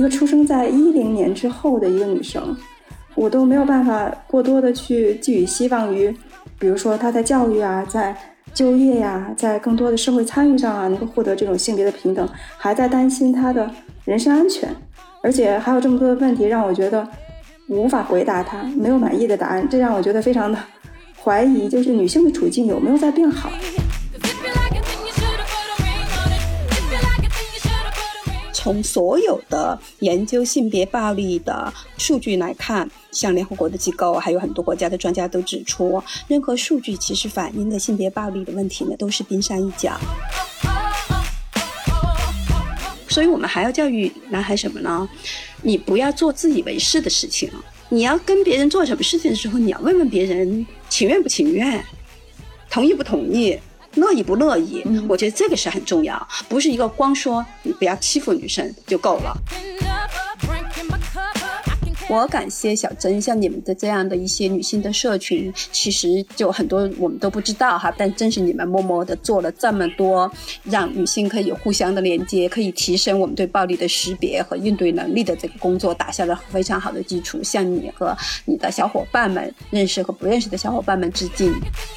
个出生在10年之后的一个女生，我都没有办法过多的去寄予希望于，比如说她在教育啊，在就业呀，在更多的社会参与上啊，能够获得这种性别的平等，还在担心她的人身安全，而且还有这么多的问题让我觉得无法回答她，没有满意的答案，这让我觉得非常的怀疑，就是女性的处境有没有在变好。 从所有的研究性别暴力的数据来看，像联合国的机构还有很多国家的专家都指出，任何数据其实反映的性别暴力的问题呢，都是冰山一角。所以我们还要教育男孩什么呢？你不要做自以为是的事情，你要跟别人做什么事情的时候，你要问问别人情愿不情愿，同意不同意，乐意不乐意。我觉得这个是很重要，不是一个光说你不要欺负女生就够了。我感谢小珍，像你们的这样的一些女性的社群，其实就很多我们都不知道哈，但正是你们默默的做了这么多，让女性可以互相的连接，可以提升我们对暴力的识别和应对能力的这个工作，打下了非常好的基础。向你和你的小伙伴们，认识和不认识的小伙伴们致敬。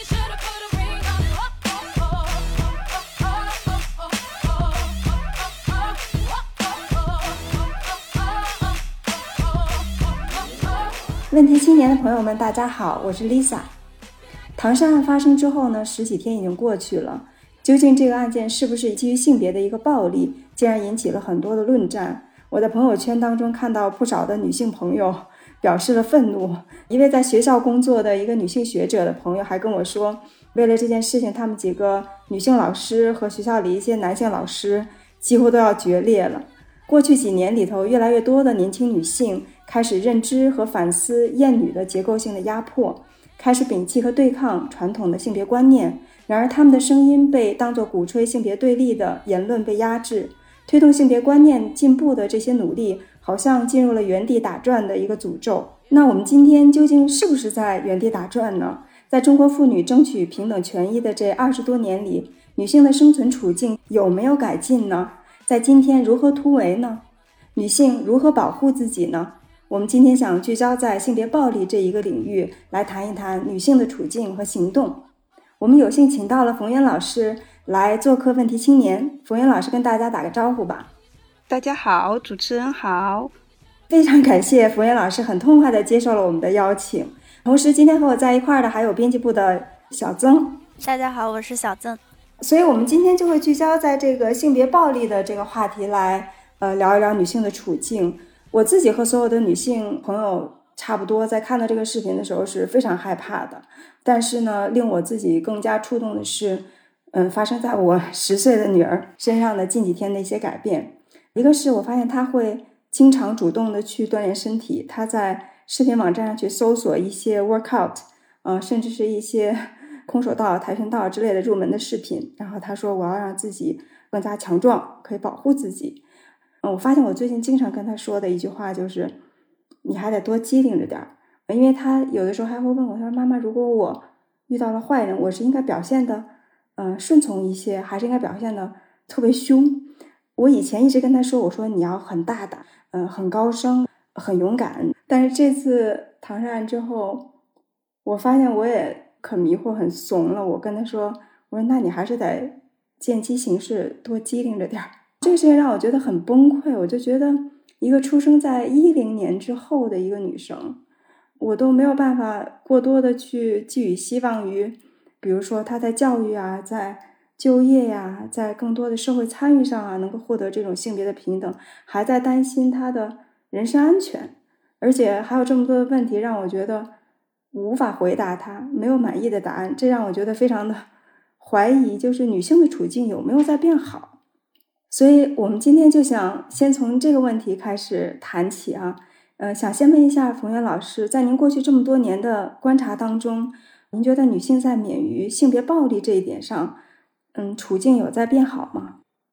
问题青年的朋友们大家好，我是 Lisa。 唐山案发生之后呢，10几天已经过去了，究竟这个案件是不是基于性别的一个暴力，竟然引起了很多的论战。我在朋友圈当中看到不少的女性朋友表示了愤怒，一位在学校工作的一个女性学者的朋友还跟我说，为了这件事情他们几个女性老师和学校里一些男性老师几乎都要决裂了。过去几年里头，越来越多的年轻女性开始认知和反思厌女的结构性的压迫，开始摒弃和对抗传统的性别观念。然而她们的声音被当作鼓吹性别对立的言论被压制，推动性别观念进步的这些努力好像进入了原地打转的一个诅咒。那我们今天究竟是不是在原地打转呢？在中国妇女争取平等权益的这20多年里，女性的生存处境有没有改进呢？在今天如何突围呢？女性如何保护自己呢？我们今天想聚焦在性别暴力这一个领域，来谈一谈女性的处境和行动。我们有幸请到了冯源老师来做客问题青年。冯源老师跟大家打个招呼吧。 大家好，主持人好。 非常感谢冯源老师很痛快地接受了我们的邀请。同时今天和我在一块儿的还有编辑部的小曾。 大家好，我是小曾。 所以我们今天就会聚焦在这个性别暴力的这个话题来聊一聊女性的处境。我自己和所有的女性朋友差不多，在看到这个视频的时候是非常害怕的。但是呢，令我自己更加触动的是发生在我10岁的女儿身上的近几天的一些改变。一个是我发现她会经常主动的去锻炼身体，她在视频网站上去搜索一些 workout甚至是一些空手道、跆拳道之类的入门的视频，然后她说我要让自己更加强壮，可以保护自己。我发现我最近经常跟她说的一句话就是你还得多机灵着点，因为她有的时候还会问我，她说妈妈，如果我遇到了坏人，我是应该表现的顺从一些，还是应该表现的特别凶？我以前一直跟她说，我说你要很大胆，很高升，很勇敢。但是这次唐山案之后，我发现我也很迷惑，很怂了。我跟她说，我说那你还是得见机行事，多机灵着点。这个事情让我觉得很崩溃。我就觉得一个出生在10年之后的一个女生，我都没有办法过多的去寄予希望于，比如说她在教育啊，在就业呀，在更多的社会参与上啊，能够获得这种性别的平等，还在担心她的人身安全，而且还有这么多的问题让我觉得无法回答她，没有满意的答案。这让我觉得非常的怀疑，就是女性的处境有没有在变好。所以我们今天就想先从这个问题开始谈起啊。想先问一下冯源老师，在您过去这么多年的观察当中，您觉得女性在免于性别暴力这一点上，处境有在变好吗？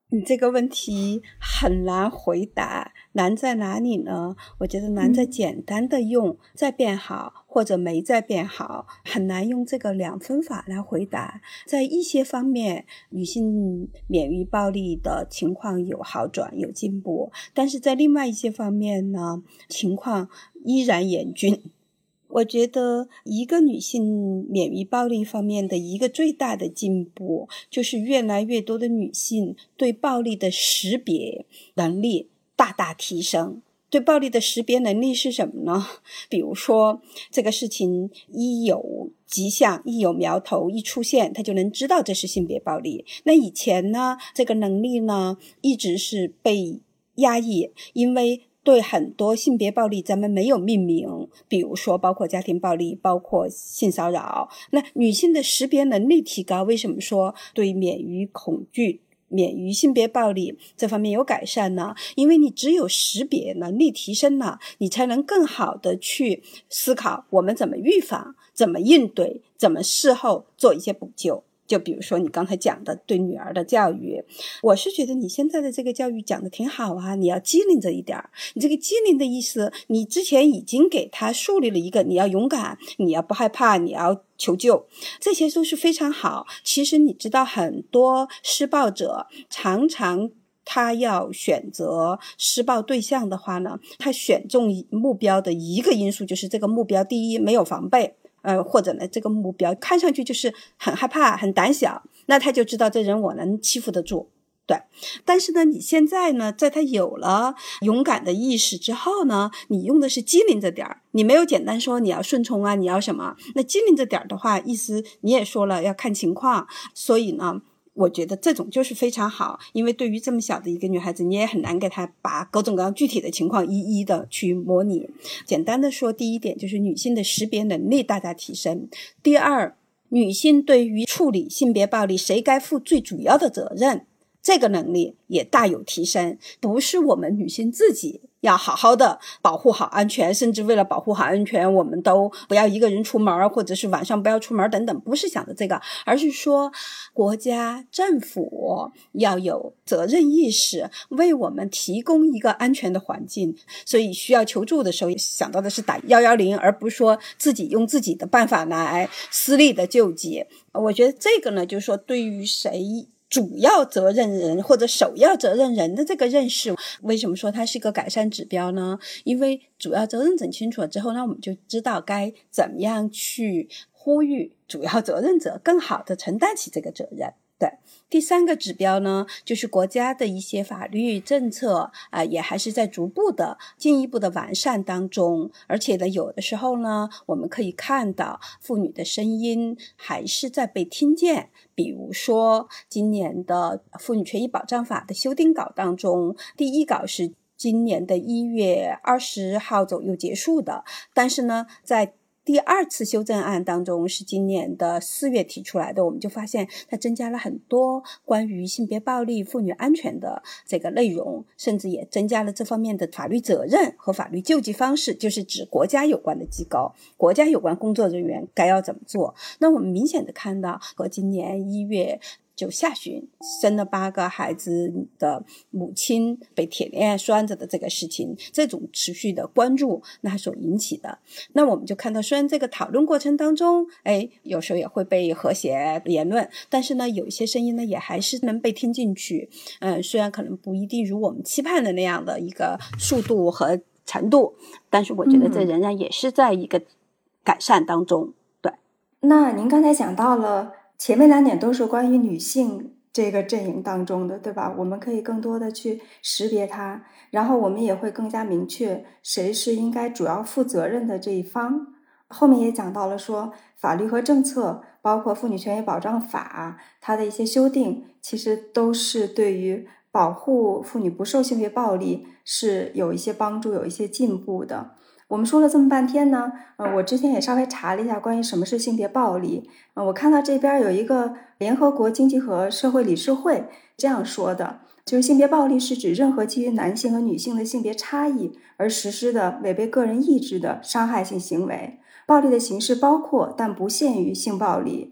你这个问题很难回答，难在哪里呢？我觉得难在简单的用再变好或者没再变好，很难用这个2分法来回答。在一些方面，女性免于暴力的情况有好转有进步，但是在另外一些方面呢，情况依然严峻。我觉得一个女性免于暴力方面的一个最大的进步，就是越来越多的女性对暴力的识别能力大大提升。对暴力的识别能力是什么呢？比如说这个事情一有迹象，一有苗头，一出现，她就能知道这是性别暴力。那以前呢，这个能力呢一直是被压抑，因为对很多性别暴力咱们没有命名，比如说包括家庭暴力，包括性骚扰。那女性的识别能力提高，为什么说对免于恐惧免于性别暴力这方面有改善呢？因为你只有识别能力提升了，你才能更好的去思考我们怎么预防，怎么应对，怎么事后做一些补救。就比如说你刚才讲的对女儿的教育，我是觉得你现在的这个教育讲的挺好啊，你要机灵着一点。你这个机灵的意思，你之前已经给他树立了一个你要勇敢，你要不害怕，你要求救，这些都是非常好。其实你知道很多施暴者常常他要选择施暴对象的话呢，他选中目标的一个因素就是这个目标第一没有防备，或者呢这个目标看上去就是很害怕很胆小，那他就知道这人我能欺负得住。对，但是呢你现在呢在他有了勇敢的意识之后呢，你用的是机灵着点儿，你没有简单说你要顺从啊，你要什么，那机灵着点儿的话，意思你也说了要看情况。所以呢我觉得这种就是非常好，因为对于这么小的一个女孩子，你也很难给她把各种各样具体的情况一一的去模拟。简单的说，第一点就是女性的识别能力大大提升。第二，女性对于处理性别暴力谁该负最主要的责任，这个能力也大有提升。不是我们女性自己要好好的保护好安全，甚至为了保护好安全我们都不要一个人出门，或者是晚上不要出门等等，不是想的这个，而是说国家政府要有责任意识，为我们提供一个安全的环境。所以需要求助的时候想到的是打110，而不是说自己用自己的办法来私力的救济。我觉得这个呢，就是说对于谁主要责任人或者首要责任人的这个认识，为什么说它是一个改善指标呢？因为主要责任整清楚了之后，那我们就知道该怎么样去呼吁主要责任者更好的承担起这个责任。对，第3个指标呢，就是国家的一些法律政策也还是在逐步的进一步的完善当中，而且呢有的时候呢我们可以看到妇女的声音还是在被听见。比如说今年的妇女权益保障法的修订稿当中，第1稿是今年的1月20号左右结束的，但是呢在第2次修正案当中是今年的4月提出来的，我们就发现它增加了很多关于性别暴力妇女安全的这个内容，甚至也增加了这方面的法律责任和法律救济方式，就是指国家有关的机构，国家有关工作人员该要怎么做。那我们明显的看到和今年1月就下旬生了8个孩子的母亲被铁链拴着的这个事情，这种持续的关注那所引起的，那我们就看到虽然这个讨论过程当中有时候也会被和谐言论，但是呢有一些声音呢也还是能被听进去。虽然可能不一定如我们期盼的那样的一个速度和程度，但是我觉得这仍然也是在一个改善当中。对， 那您刚才讲到了前面2点都是关于女性这个阵营当中的，对吧？我们可以更多的去识别它，然后我们也会更加明确谁是应该主要负责任的这一方。后面也讲到了说法律和政策，包括妇女权益保障法它的一些修订，其实都是对于保护妇女不受性别暴力是有一些帮助，有一些进步的。我们说了这么半天呢，我之前也稍微查了一下关于什么是性别暴力。我看到这边有一个联合国经济和社会理事会这样说的，就是性别暴力是指任何基于男性和女性的性别差异而实施的违背个人意志的伤害性行为。暴力的形式包括但不限于性暴力。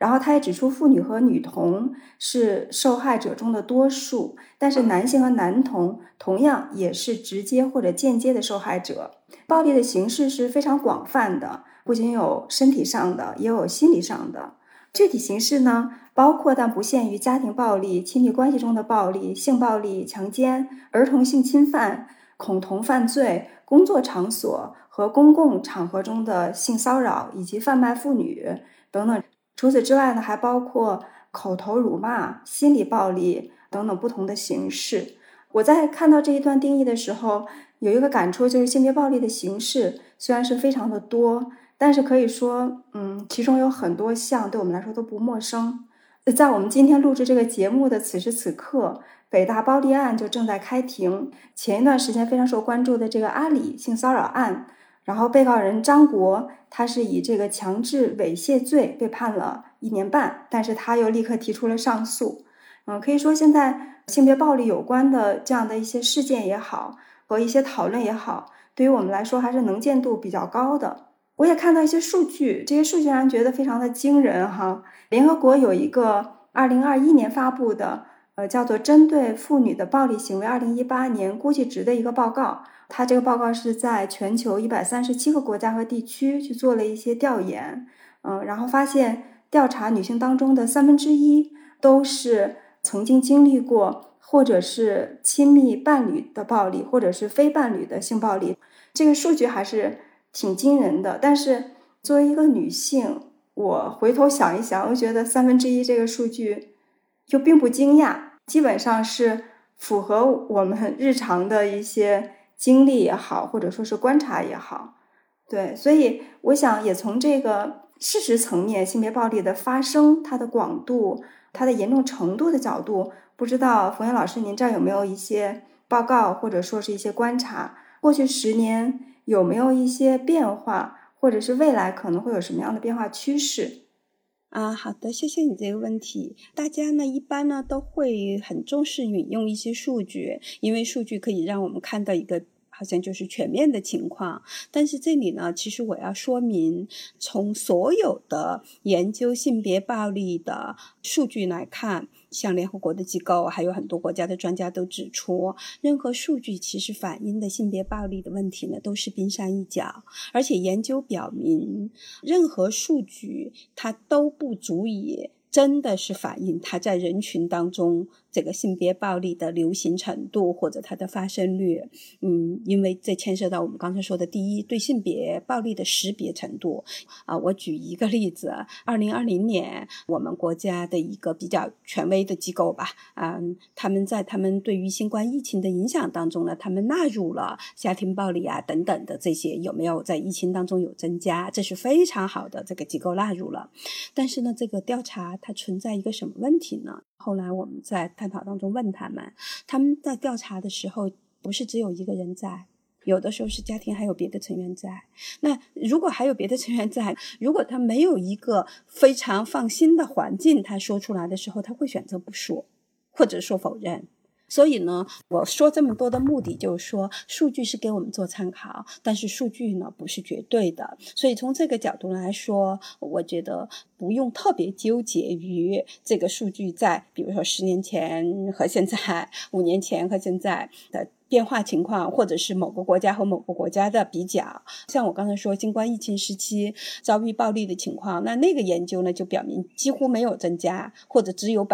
然后他也指出，妇女和女童是受害者中的多数，但是男性和男童同样也是直接或者间接的受害者。暴力的形式是非常广泛的，不仅有身体上的，也有心理上的。具体形式呢，包括但不限于家庭暴力、亲密关系中的暴力、性暴力、强奸、儿童性侵犯、恐同犯罪、工作场所和公共场合中的性骚扰以及贩卖妇女等等。除此之外呢，还包括口头辱骂、心理暴力等等不同的形式。我在看到这一段定义的时候，有一个感触，就是性别暴力的形式虽然是非常的多，但是可以说其中有很多项对我们来说都不陌生。在我们今天录制这个节目的此时此刻，北大暴力案就正在开庭。前一段时间非常受关注的这个阿里性骚扰案，然后被告人张国，他是以这个强制猥亵罪被判了1年半，但是他又立刻提出了上诉。可以说现在性别暴力有关的这样的一些事件也好，和一些讨论也好，对于我们来说还是能见度比较高的。我也看到一些数据，这些数据让人觉得非常的惊人哈。联合国有一个2021年发布的叫做针对妇女的暴力行为2018年估计值的一个报告。它这个报告是在全球137个国家和地区去做了一些调研，然后发现调查女性当中的1/3都是曾经经历过或者是亲密伴侣的暴力，或者是非伴侣的性暴力。这个数据还是挺惊人的，但是作为一个女性，我回头想一想，我觉得1/3这个数据就并不惊讶，基本上是符合我们日常的一些经历也好，或者说是观察也好。对，所以我想也从这个事实层面，性别暴力的发生，它的广度、它的严重程度的角度，不知道冯岩老师您这儿有没有一些报告，或者说是一些观察，过去10年有没有一些变化，或者是未来可能会有什么样的变化趋势？ 好的，谢谢你这个问题。大家呢一般呢都会很重视引用一些数据，因为数据可以让我们看到一个好像就是全面的情况。但是这里呢，其实我要说明，从所有的研究性别暴力的数据来看，像联合国的机构还有很多国家的专家都指出，任何数据其实反映的性别暴力的问题呢都是冰山一角。而且研究表明，任何数据它都不足以真的是反映它在人群当中这个性别暴力的流行程度或者它的发生率。因为这牵涉到我们刚才说的，第一，对性别暴力的识别程度。我举一个例子，2020年我们国家的一个比较权威的机构吧，他们在他们对于新冠疫情的影响当中呢，他们纳入了家庭暴力等等的这些有没有在疫情当中有增加，这是非常好的，这个机构纳入了。但是呢，这个调查它存在一个什么问题呢？后来我们在探讨当中问他们在调查的时候不是只有一个人在，有的时候是家庭还有别的成员在。那如果还有别的成员在，如果他没有一个非常放心的环境，他说出来的时候他会选择不说，或者说否认。所以呢，我说这么多的目的就是说，数据是给我们做参考，但是数据呢不是绝对的。所以从这个角度来说，我觉得不用特别纠结于这个数据在比如说10年前和现在，5年前和现在的变化情况，或者是某个国家和某个国家的比较。像我刚才说新冠疫情时期遭遇暴力的情况，那个研究呢就表明几乎没有增加，或者只有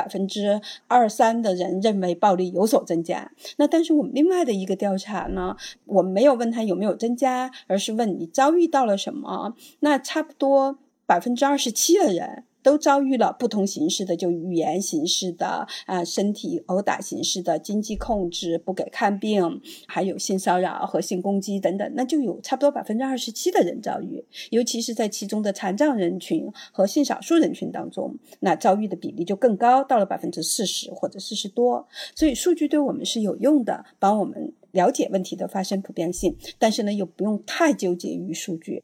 2%-3%的人认为暴力有所增加。那但是我们另外的一个调查呢，我们没有问他有没有增加，而是问你遭遇到了什么。那差不多27%的人都遭遇了不同形式的，就语言形式的、身体殴打形式的、经济控制、不给看病，还有性骚扰和性攻击等等，那就有差不多27%的人遭遇。尤其是在其中的残障人群和性少数人群当中，那遭遇的比例就更高，到了40%或者40多。所以数据对我们是有用的，帮我们了解问题的发生普遍性，但是呢又不用太纠结于数据。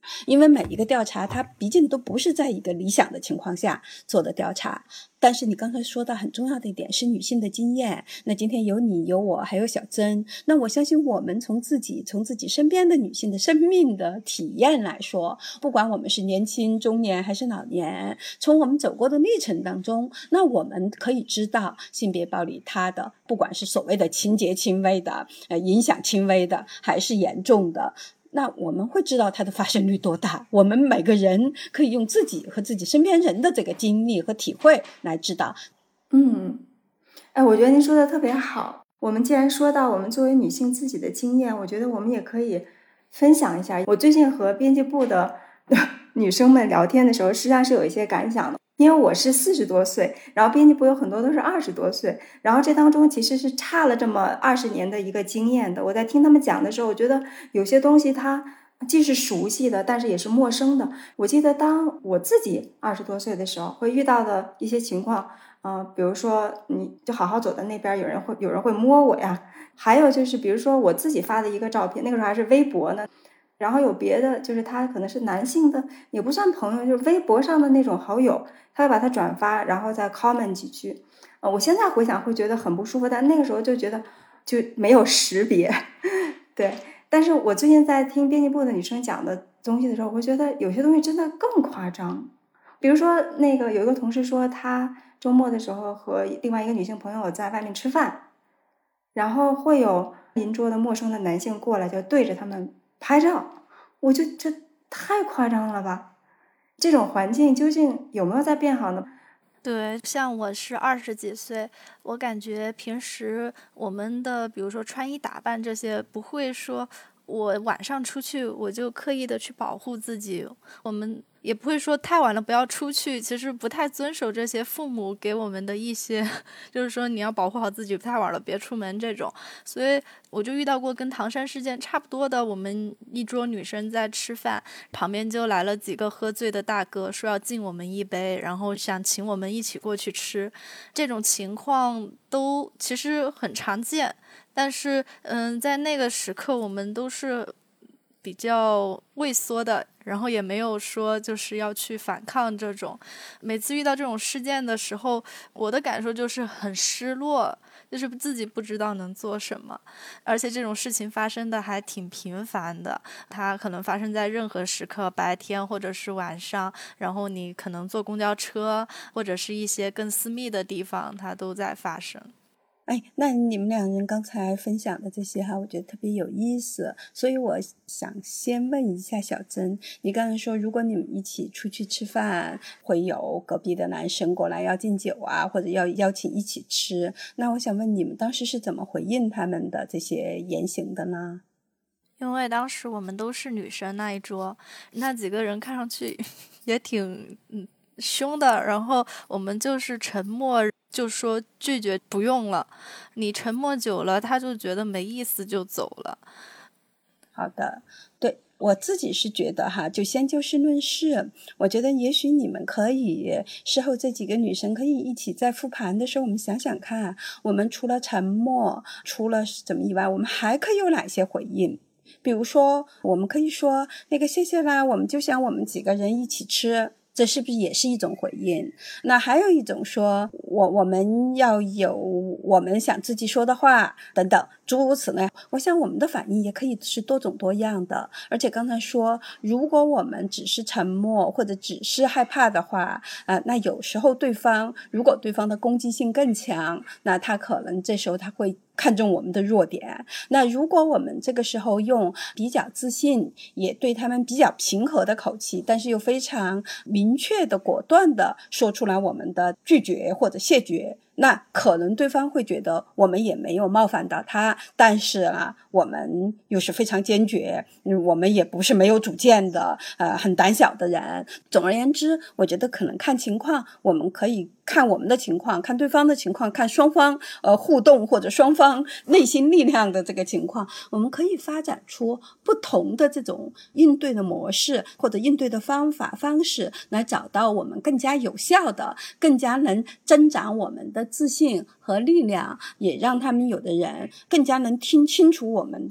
因为每一个调查它毕竟都不是在一个理想的情况下做的调查。但是你刚才说到很重要的一点是女性的经验，那今天有你有我还有小珍，那我相信我们从自己身边的女性的生命的体验来说，不管我们是年轻中年还是老年，从我们走过的历程当中，那我们可以知道性别暴力它的不管是所谓的情节轻微的影响轻微的还是严重的，那我们会知道它的发生率多大。我们每个人可以用自己和自己身边人的这个经历和体会来知道。 我觉得您说的特别好。我们既然说到我们作为女性自己的经验，我觉得我们也可以分享一下。我最近和编辑部的女生们聊天的时候，实际上是有一些感想的。因为我是40多岁，然后编辑部有很多都是20多岁，然后这当中其实是差了这么20年的一个经验的。我在听他们讲的时候，我觉得有些东西它既是熟悉的，但是也是陌生的。我记得当我自己20多岁的时候，会遇到的一些情况，比如说你就好好走在那边，有人会摸我呀，还有就是比如说我自己发的一个照片，那个时候还是微博呢。然后有别的，就是他可能是男性的，也不算朋友，就是微博上的那种好友，他会把它转发，然后再 comment 几句。我现在回想会觉得很不舒服，但那个时候就觉得就没有识别。对，但是我最近在听编辑部的女生讲的东西的时候，我会觉得有些东西真的更夸张。比如说那个有一个同事说，他周末的时候和另外一个女性朋友在外面吃饭，然后会有邻桌的陌生的男性过来，就对着他们拍照。我就这太夸张了吧，这种环境究竟有没有在变好呢？ 对，像我是20几岁，我感觉平时我们的比如说穿衣打扮这些，不会说我晚上出去我就刻意的去保护自己，我们也不会说太晚了不要出去，其实不太遵守这些父母给我们的一些，就是说你要保护好自己，太晚了别出门这种。所以我就遇到过跟唐山事件差不多的，我们一桌女生在吃饭，旁边就来了几个喝醉的大哥，说要敬我们一杯，然后想请我们一起过去吃。这种情况都其实很常见，但是在那个时刻我们都是比较畏缩的，然后也没有说就是要去反抗这种。每次遇到这种事件的时候，我的感受就是很失落，就是自己不知道能做什么，而且这种事情发生的还挺频繁的，它可能发生在任何时刻，白天或者是晚上，然后你可能坐公交车或者是一些更私密的地方，它都在发生。 那你们两人刚才分享的这些我觉得特别有意思，所以我想先问一下小珍，你刚才说如果你们一起出去吃饭，会有隔壁的男生过来要敬酒啊，或者要邀请一起吃，那我想问你们当时是怎么回应他们的这些言行的呢？ 因为当时我们都是女生那一桌，那几个人看上去也挺凶的，然后我们就是沉默，就说拒绝不用了，你沉默久了他就觉得没意思就走了。 好的，对，我自己是觉得就先就事论事，我觉得也许你们可以事后这几个女生可以一起在复盘的时候，我们想想看，我们除了沉默，除了怎么以外，我们还可以有哪些回应。比如说我们可以说那个谢谢啦，我们就想我们几个人一起吃，这是不是也是一种回应？那还有一种说我们要有我们想自己说的话等等诸如此类，我想我们的反应也可以是多种多样的。而且刚才说如果我们只是沉默或者只是害怕的话那有时候如果对方的攻击性更强，那他可能这时候他会看重我们的弱点。那如果我们这个时候用比较自信也对他们比较平和的口气，但是又非常明确的果断的说出来我们的拒绝或者谢绝，那可能对方会觉得我们也没有冒犯到他，但是我们又是非常坚决，我们也不是没有主见的很胆小的人。总而言之，我觉得可能看情况，我们可以看我们的情况，看对方的情况，看双方互动或者双方内心力量的这个情况，我们可以发展出不同的这种应对的模式或者应对的方式，来找到我们更加有效的，更加能增长我们的自信和力量，也让他们有的人更加能听清楚我们的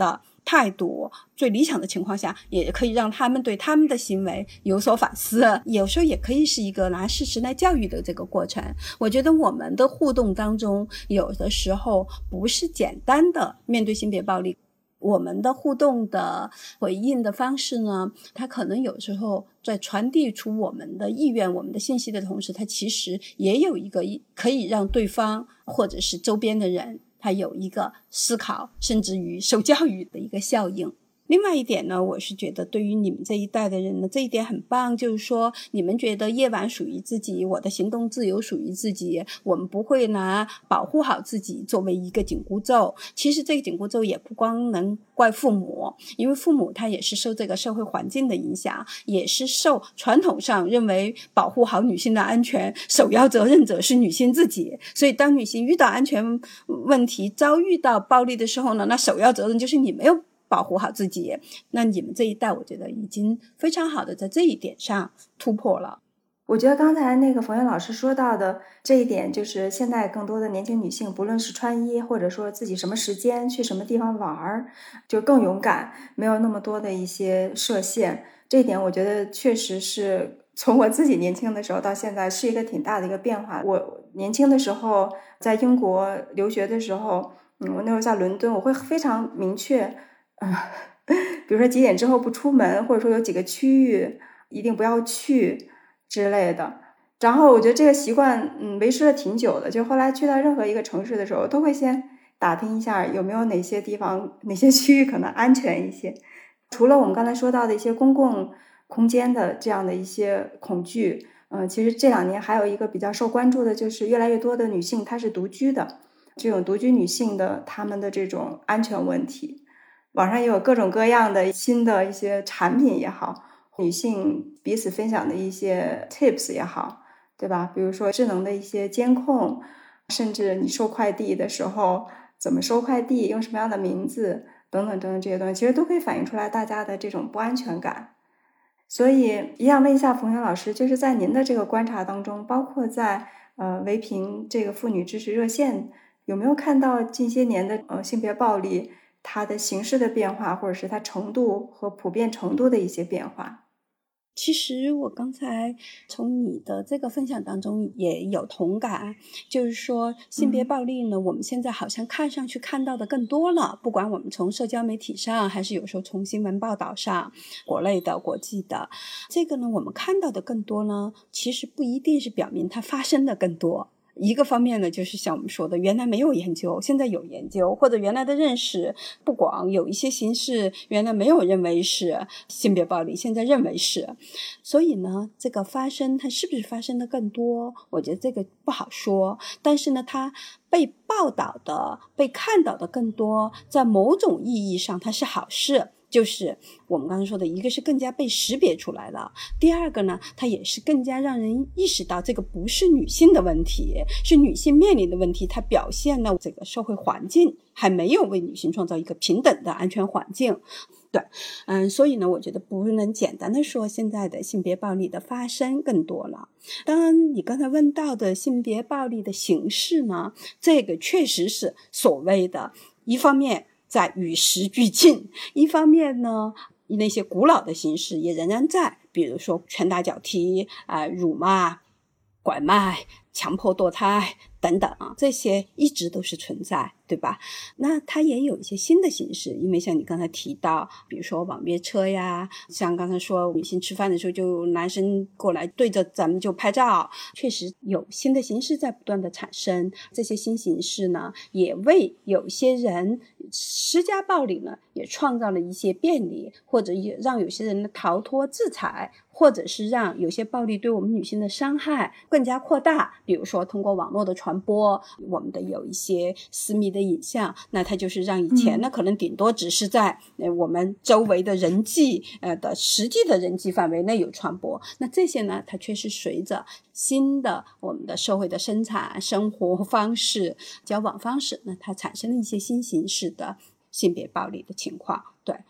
态度，最理想的情况下也可以让他们对他们的行为有所反思，有时候也可以是一个拿事实来教育的这个过程。我觉得我们的互动当中有的时候不是简单的面对性别暴力，我们的互动的回应的方式呢，它可能有时候在传递出我们的意愿我们的信息的同时，它其实也有一个可以让对方或者是周边的人它有一个思考甚至于受教育的一个效应。另外一点呢，我是觉得对于你们这一代的人呢，这一点很棒，就是说你们觉得夜晚属于自己，我的行动自由属于自己，我们不会拿保护好自己作为一个紧箍咒。其实这个紧箍咒也不光能怪父母，因为父母他也是受这个社会环境的影响，也是受传统上认为保护好女性的安全首要责任者是女性自己，所以当女性遇到安全问题遭遇到暴力的时候呢，那首要责任就是你没有保护好自己。那你们这一代我觉得已经非常好的在这一点上突破了。 我觉得刚才那个冯源老师说到的这一点，就是现在更多的年轻女性不论是穿衣或者说自己什么时间去什么地方玩，就更勇敢，没有那么多的一些设限。这一点我觉得确实是从我自己年轻的时候到现在是一个挺大的一个变化。我年轻的时候在英国留学的时候，我那时候在伦敦，我会非常明确比如说几点之后不出门，或者说有几个区域一定不要去之类的。然后我觉得这个习惯维持了挺久的，就后来去到任何一个城市的时候，都会先打听一下有没有哪些地方哪些区域可能安全一些。除了我们刚才说到的一些公共空间的这样的一些恐惧，其实这2年还有一个比较受关注的，就是越来越多的女性她是独居的，这种独居女性的她们的这种安全问题。网上也有各种各样的新的一些产品也好，女性彼此分享的一些 tips 也好，对吧？比如说智能的一些监控，甚至你收快递的时候怎么收快递，用什么样的名字等等等等，这些东西其实都可以反映出来大家的这种不安全感。所以也想问一下冯源老师，就是在您的这个观察当中，包括在维平这个妇女支持热线，有没有看到近些年的性别暴力它的形式的变化，或者是它程度和普遍程度的一些变化？ 其实我刚才从你的这个分享当中也有同感，就是说性别暴力呢，我们现在好像看上去看到的更多了，不管我们从社交媒体上，还是有时候从新闻报道上，国内的国际的，这个呢我们看到的更多呢，其实不一定是表明它发生的更多。一个方面呢，就是像我们说的，原来没有研究，现在有研究，或者原来的认识不广，有一些形式原来没有认为是性别暴力，现在认为是。所以呢，这个发生它是不是发生的更多，我觉得这个不好说，但是呢，它被报道的被看到的更多，在某种意义上它是好事，就是我们刚才说的，一个是更加被识别出来了，第二个呢，它也是更加让人意识到这个不是女性的问题，是女性面临的问题，它表现了这个社会环境还没有为女性创造一个平等的安全环境。对，所以呢，我觉得不能简单的说现在的性别暴力的发生更多了。当然，你刚才问到的性别暴力的形式呢，这个确实是所谓的，一方面在与时俱进，一方面呢，那些古老的形式也仍然在，比如说拳打脚踢、辱骂、拐卖、强迫堕胎等等这些一直都是存在，对吧？那它也有一些新的形式，因为像你刚才提到，比如说网约车呀，像刚才说女性吃饭的时候就男生过来对着咱们就拍照，确实有新的形式在不断的产生。这些新形式呢，也为有些人施加暴力呢，也创造了一些便利，或者也让有些人逃脱制裁，或者是让有些暴力对我们女性的伤害更加扩大。比如说通过网络的传播，我们的有一些私密的影像，那它就是让以前呢可能顶多只是在我们周围的人际的实际的人际范围内有传播，那这些呢它却是随着新的我们的社会的生产生活方式交往方式，那它产生了一些新形式的性别暴力的情况。对，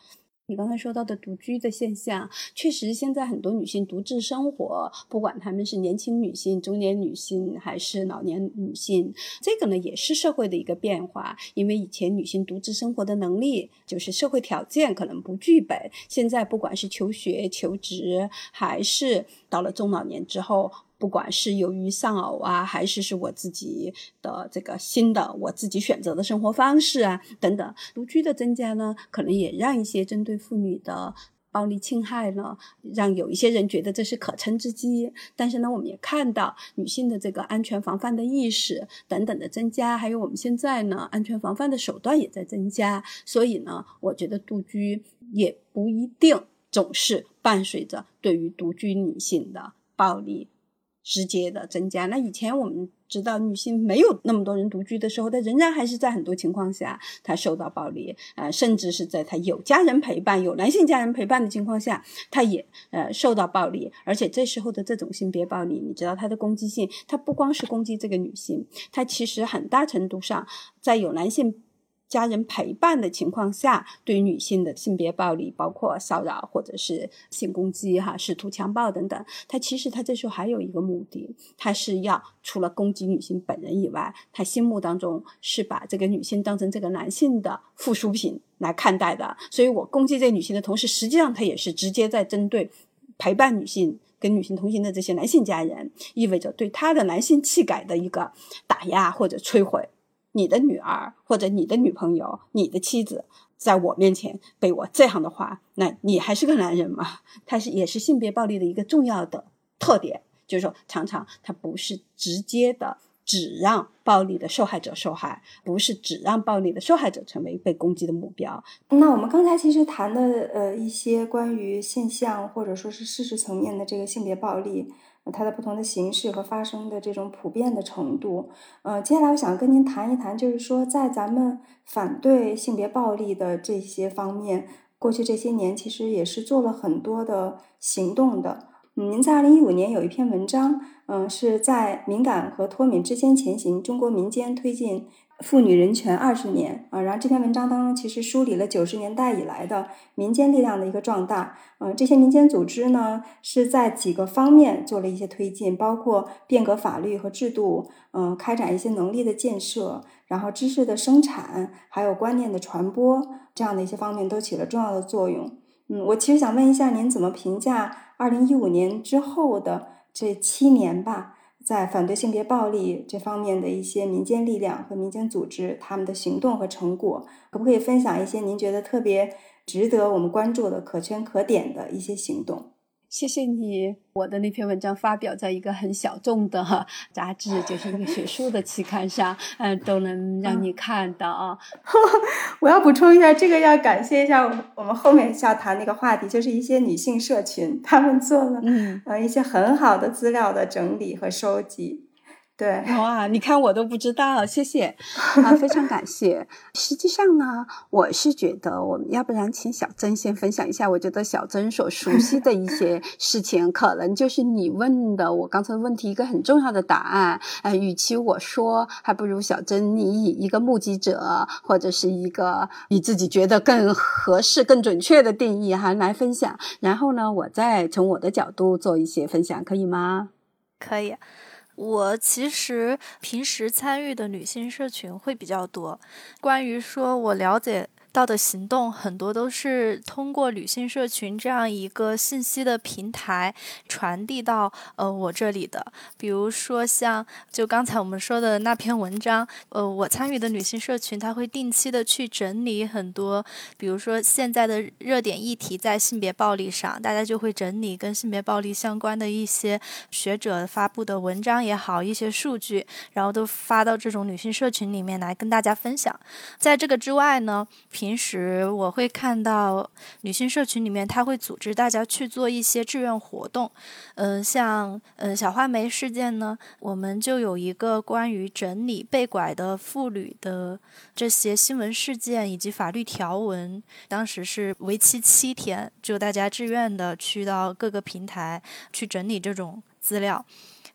你刚才说到的独居的现象，确实现在很多女性独自生活，不管她们是年轻女性、中年女性还是老年女性，这个呢也是社会的一个变化。因为以前女性独自生活的能力，就是社会条件可能不具备，现在不管是求学、求职，还是到了中老年之后，不管是由于丧偶啊，还是我自己的这个新的我自己选择的生活方式啊等等，独居的增加呢，可能也让一些针对妇女的暴力侵害呢，让有一些人觉得这是可乘之机。但是呢，我们也看到女性的这个安全防范的意识等等的增加，还有我们现在呢安全防范的手段也在增加，所以呢，我觉得独居也不一定总是伴随着对于独居女性的暴力直接的增加。那以前我们知道女性没有那么多人独居的时候，她仍然还是在很多情况下她受到暴力，甚至是在她有家人陪伴、有男性家人陪伴的情况下，她也受到暴力。而且这时候的这种性别暴力，你知道它的攻击性，它不光是攻击这个女性，它其实很大程度上在有男性家人陪伴的情况下，对于女性的性别暴力，包括骚扰或者是性攻击试图强暴等等，它其实它这时候还有一个目的，它是要除了攻击女性本人以外，它心目当中是把这个女性当成这个男性的附属品来看待的。所以我攻击这个女性的同时，实际上它也是直接在针对陪伴女性跟女性同行的这些男性家人，意味着对她的男性气概的一个打压或者摧毁。你的女儿或者你的女朋友、你的妻子在我面前被我这样的话，那你还是个男人吗？它也是性别暴力的一个重要的特点，就是说常常它不是直接的只让暴力的受害者受害，不是只让暴力的受害者成为被攻击的目标。 那我们刚才其实谈的一些关于现象或者说是事实层面的这个性别暴力，它的不同的形式和发生的这种普遍的程度。接下来我想跟您谈一谈，就是说在咱们反对性别暴力的这些方面，过去这些年其实也是做了很多的行动的。您在2015年有一篇文章，是在敏感和脱敏之间前行，中国民间推进妇女人权20年然后这篇文章当中其实梳理了90年代以来的民间力量的一个壮大。这些民间组织呢是在几个方面做了一些推进，包括变革法律和制度，开展一些能力的建设，然后知识的生产，还有观念的传播，这样的一些方面都起了重要的作用。我其实想问一下，您怎么评价2015年之后的这7年吧，在反对性别暴力这方面的一些民间力量和民间组织他们的行动和成果，可不可以分享一些您觉得特别值得我们关注的可圈可点的一些行动？ 谢谢你，我的那篇文章发表在一个很小众的杂志，就是一个学术的期刊上，都能让你看到我要补充一下，这个要感谢一下我们后面要谈那个话题，就是一些女性社群，他们做了一些很好的资料的整理和收集。对， 哇，你看我都不知道，谢谢非常感谢。实际上呢，我是觉得我们要不然请小珍先分享一下，我觉得小珍所熟悉的一些事情，可能就是你问的我刚才问题一个很重要的答案。与其我说，还不如小珍你以一个目击者或者是一个你自己觉得更合适、更准确的定义来分享，然后呢，我再从我的角度做一些分享，可以吗？ 可以。我其实平时参与的女性社群会比较多，关于说我了解到的行动很多都是通过女性社群这样一个信息的平台传递到我这里的。比如说像就刚才我们说的那篇文章，我参与的女性社群它会定期的去整理很多，比如说现在的热点议题在性别暴力上，大家就会整理跟性别暴力相关的一些学者发布的文章也好，一些数据，然后都发到这种女性社群里面来跟大家分享。在这个之外呢，平时我会看到女性社群里面，它会组织大家去做一些志愿活动。像小花梅事件呢，我们就有一个关于整理被拐的妇女的这些新闻事件以及法律条文，当时是为期7天，就大家志愿的去到各个平台去整理这种资料。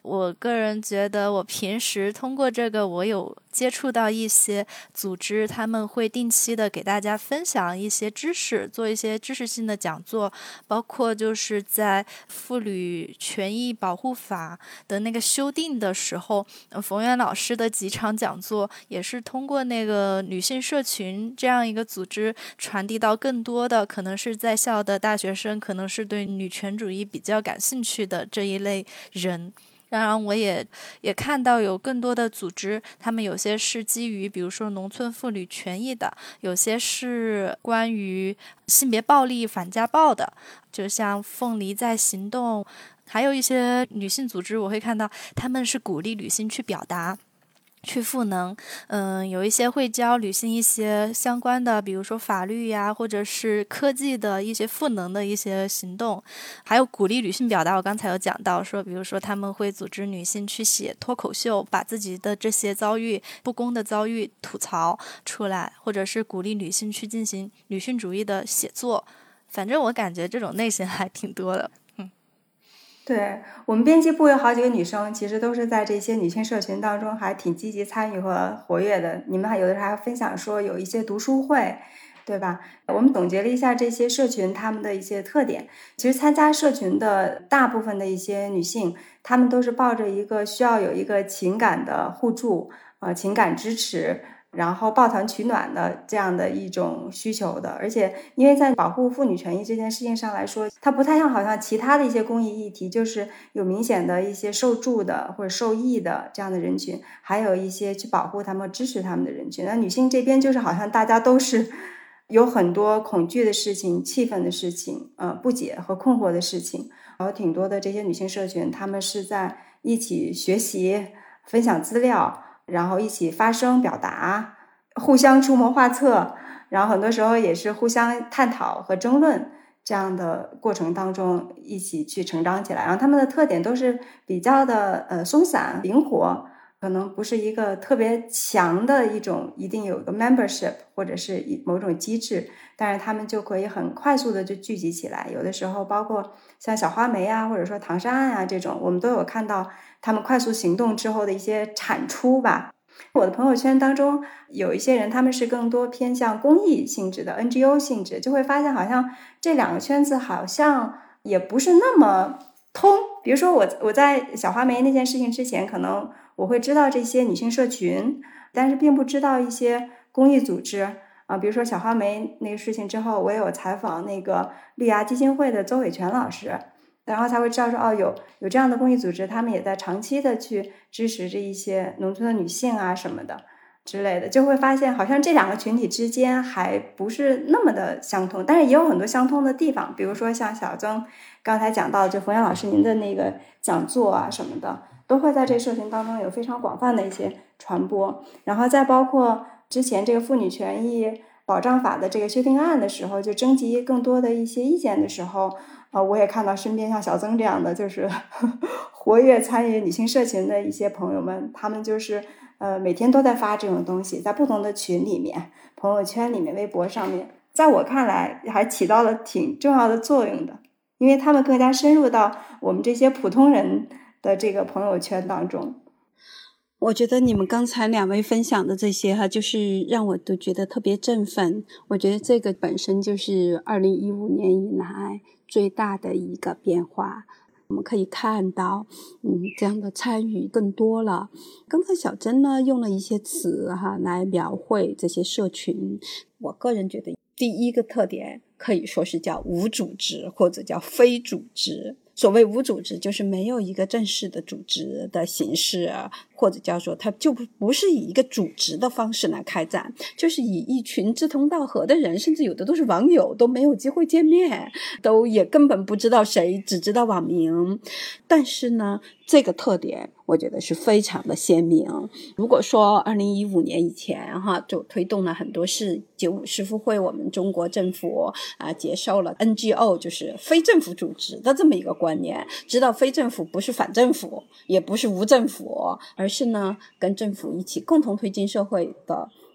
我个人觉得我平时通过这个，我有接触到一些组织，他们会定期的给大家分享一些知识，做一些知识性的讲座，包括就是在妇女权益保护法的那个修订的时候，冯源老师的几场讲座也是通过那个女性社群这样一个组织传递到更多的可能是在校的大学生，可能是对女权主义比较感兴趣的这一类人。当然我也看到有更多的组织，他们有些是基于比如说农村妇女权益的，有些是关于性别暴力反家暴的，就像凤梨在行动，还有一些女性组织我会看到他们是鼓励女性去表达去赋能，有一些会教女性一些相关的，比如说法律呀，或者是科技的一些赋能的一些行动，还有鼓励女性表达。我刚才有讲到说，比如说他们会组织女性去写脱口秀，把自己的这些遭遇、不公的遭遇吐槽出来，或者是鼓励女性去进行女性主义的写作。反正我感觉这种类型还挺多的。 对，我们编辑部有好几个女生，其实都是在这些女性社群当中还挺积极参与和活跃的。你们还有的时候还分享说有一些读书会，对吧？我们总结了一下这些社群她们的一些特点。其实参加社群的大部分的一些女性，她们都是抱着一个需要有一个情感的互助，情感支持，然后抱团取暖的这样的一种需求的。而且因为在保护妇女权益这件事情上来说，它不太像好像其他的一些公益议题，就是有明显的一些受助的或者受益的这样的人群，还有一些去保护他们支持他们的人群。那女性这边就是好像大家都是有很多恐惧的事情、气愤的事情、不解和困惑的事情，有挺多的这些女性社群，她们是在一起学习、分享资料，然后一起发声表达，互相出谋划策，然后很多时候也是互相探讨和争论，这样的过程当中一起去成长起来。然后他们的特点都是比较的松散灵活，可能不是一个特别强的一种一定有一个 membership 或者是某种机制，但是他们就可以很快速的就聚集起来。有的时候包括像小花梅啊，或者说唐山案啊这种，我们都有看到他们快速行动之后的一些产出吧。我的朋友圈当中有一些人，他们是更多偏向公益性质的 NGO 性质，就会发现好像这两个圈子好像也不是那么通。比如说我在小花梅那件事情之前，可能我会知道这些女性社群，但是并不知道一些公益组织啊。比如说小花梅那个事情之后，我也有采访那个绿芽基金会的邹伟全老师，然后才会知道说有这样的公益组织，他们也在长期的去支持这一些农村的女性啊什么的之类的，就会发现好像这两个群体之间还不是那么的相通，但是也有很多相通的地方。比如说像小曾刚才讲到，就冯源老师您的那个讲座啊什么的，都会在这个社群当中有非常广泛的一些传播。然后再包括之前这个妇女权益保障法的这个修订案的时候，就征集更多的一些意见的时候，我也看到身边像小曾这样的就是活跃参与女性社群的一些朋友们，他们就是每天都在发这种东西，在不同的群里面、朋友圈里面、微博上面，在我看来还起到了挺重要的作用的，因为他们更加深入到我们这些普通人的这个朋友圈当中。 我觉得你们刚才两位分享的这些就是让我都觉得特别振奋。我觉得这个本身就是2015年以来最大的一个变化。我们可以看到这样的参与更多了。刚才小珍呢用了一些词来描绘这些社群。我个人觉得第一个特点可以说是叫无组织或者叫非组织。所谓无组织，就是没有一个正式的组织的形式，或者叫做它就不是以一个组织的方式来开展，就是以一群志同道合的人，甚至有的都是网友，都没有机会见面，都也根本不知道谁，只知道网名。但是呢，这个特点我觉得是非常的鲜明。如果说2015年以前就推动了很多事，95世妇会我们中国政府接受了 NGO 就是非政府组织的这么一个观念，知道非政府不是反政府，也不是无政府，而是呢跟政府一起共同推进社会的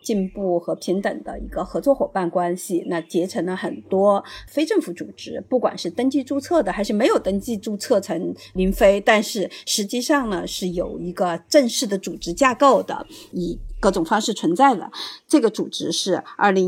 进步和平等的一个合作伙伴关系，那结成了很多非政府组织，不管是登记注册的还是没有登记注册成林非，但是实际上呢是有一个正式的组织架构的，以各种方式存在的。这个组织是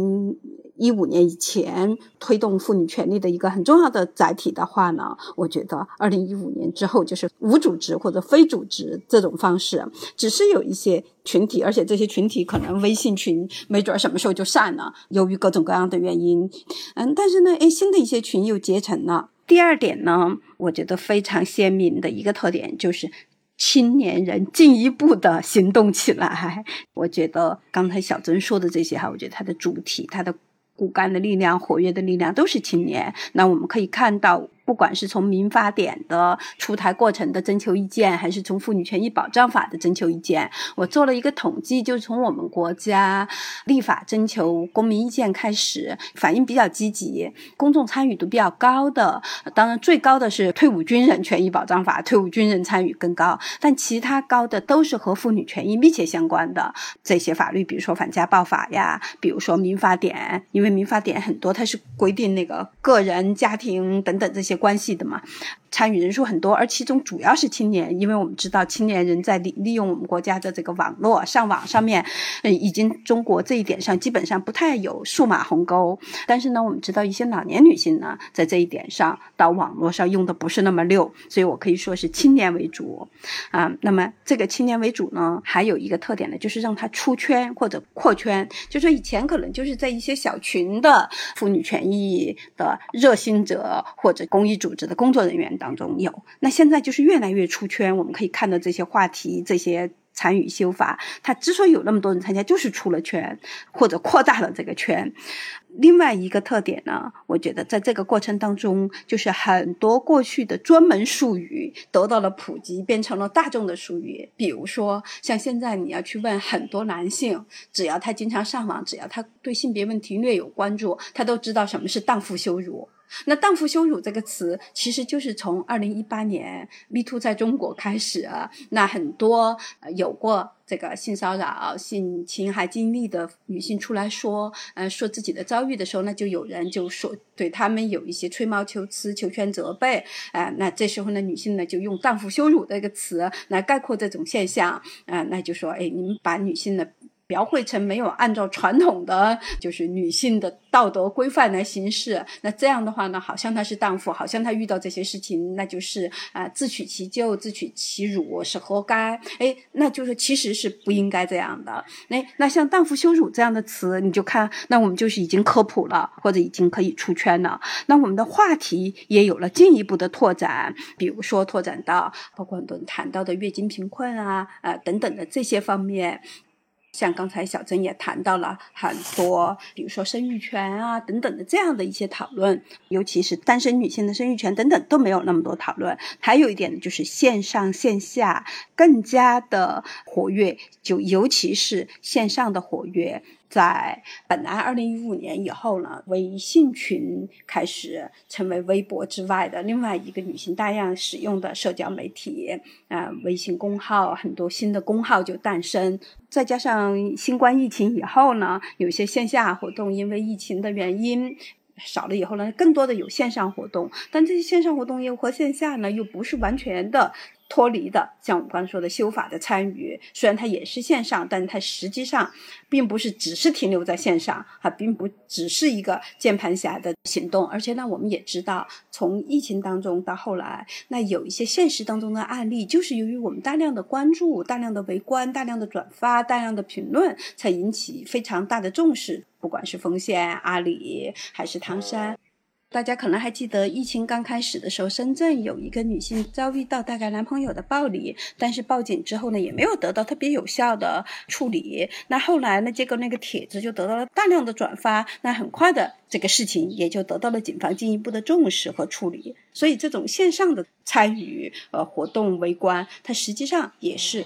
2015年以前推动妇女权利的一个很重要的载体的话呢，我觉得2015年之后就是无组织或者非组织这种方式，只是有一些群体，而且这些群体可能微信群没准什么时候就散了，由于各种各样的原因。但是呢，新的一些群又结成了。第二点呢，我觉得非常鲜明的一个特点就是青年人进一步的行动起来。我觉得刚才小珍说的这些我觉得它的主体，它的骨干的力量，活跃的力量都是青年。那我们可以看到，不管是从民法典的出台过程的征求意见，还是从妇女权益保障法的征求意见，我做了一个统计，就是从我们国家立法征求公民意见开始，反应比较积极，公众参与度比较高的，当然最高的是退伍军人权益保障法，退伍军人参与更高，但其他高的都是和妇女权益密切相关的这些法律，比如说反家暴法呀，比如说民法典，因为民法典很多它是规定那个个人家庭等等这些关系的嘛，参与人数很多，而其中主要是青年，因为我们知道青年人在利用我们国家的这个网络上网上面，已经中国这一点上基本上不太有数码鸿沟，但是呢我们知道一些老年女性呢在这一点上到网络上用的不是那么溜，所以我可以说是青年为主那么这个青年为主呢还有一个特点呢，就是让它出圈或者扩圈，就说以前可能就是在一些小群的妇女权益的热心者或者公益组织的工作人员当中有，那现在就是越来越出圈，我们可以看到这些话题，这些参与修法，它之所以有那么多人参加，就是出了圈或者扩大了这个圈。另外一个特点呢，我觉得在这个过程当中，就是很多过去的专门术语得到了普及，变成了大众的术语。比如说像现在你要去问很多男性，只要他经常上网，只要他对性别问题略有关注，他都知道什么是荡妇羞辱。那荡妇羞辱这个词其实就是从2018年 MeToo 在中国开始那很多有过这个性骚扰性侵害经历的女性出来说自己的遭遇的时候，那就有人就说对他们有一些吹毛求疵、求全责备那这时候呢女性呢就用荡妇羞辱这个词来概括这种现象那就说你们把女性呢描绘成没有按照传统的就是女性的道德规范来行事，那这样的话呢好像她是荡妇，好像她遇到这些事情那就是自取其咎、自取其辱，是活该那就是其实是不应该这样的那像荡妇羞辱这样的词，你就看那我们就是已经科普了，或者已经可以出圈了，那我们的话题也有了进一步的拓展，比如说拓展到包括很多人谈到的月经贫困等等的这些方面。像刚才小珍也谈到了很多，比如说生育权等等的这样的一些讨论，尤其是单身女性的生育权等等都没有那么多讨论。还有一点就是线上线下更加的活跃，就尤其是线上的活跃，在本来2015年以后呢，微信群开始成为微博之外的另外一个女性大量使用的社交媒体微信公号，很多新的公号就诞生。再加上新冠疫情以后呢，有些线下活动因为疫情的原因少了以后呢，更多的有线上活动，但这些线上活动又和线下呢又不是完全的脱离的，像我们刚才说的修法的参与，虽然它也是线上，但它实际上并不是只是停留在线上，它并不只是一个键盘侠的行动。而且呢我们也知道从疫情当中到后来，那有一些现实当中的案例，就是由于我们大量的关注、大量的围观、大量的转发、大量的评论，才引起非常大的重视，不管是丰县、阿里还是唐山。大家可能还记得疫情刚开始的时候，深圳有一个女性遭遇到大概男朋友的暴力，但是报警之后呢也没有得到特别有效的处理，那后来呢结果那个帖子就得到了大量的转发，那很快的这个事情也就得到了警方进一步的重视和处理。所以这种线上的参与活动围观，它实际上也是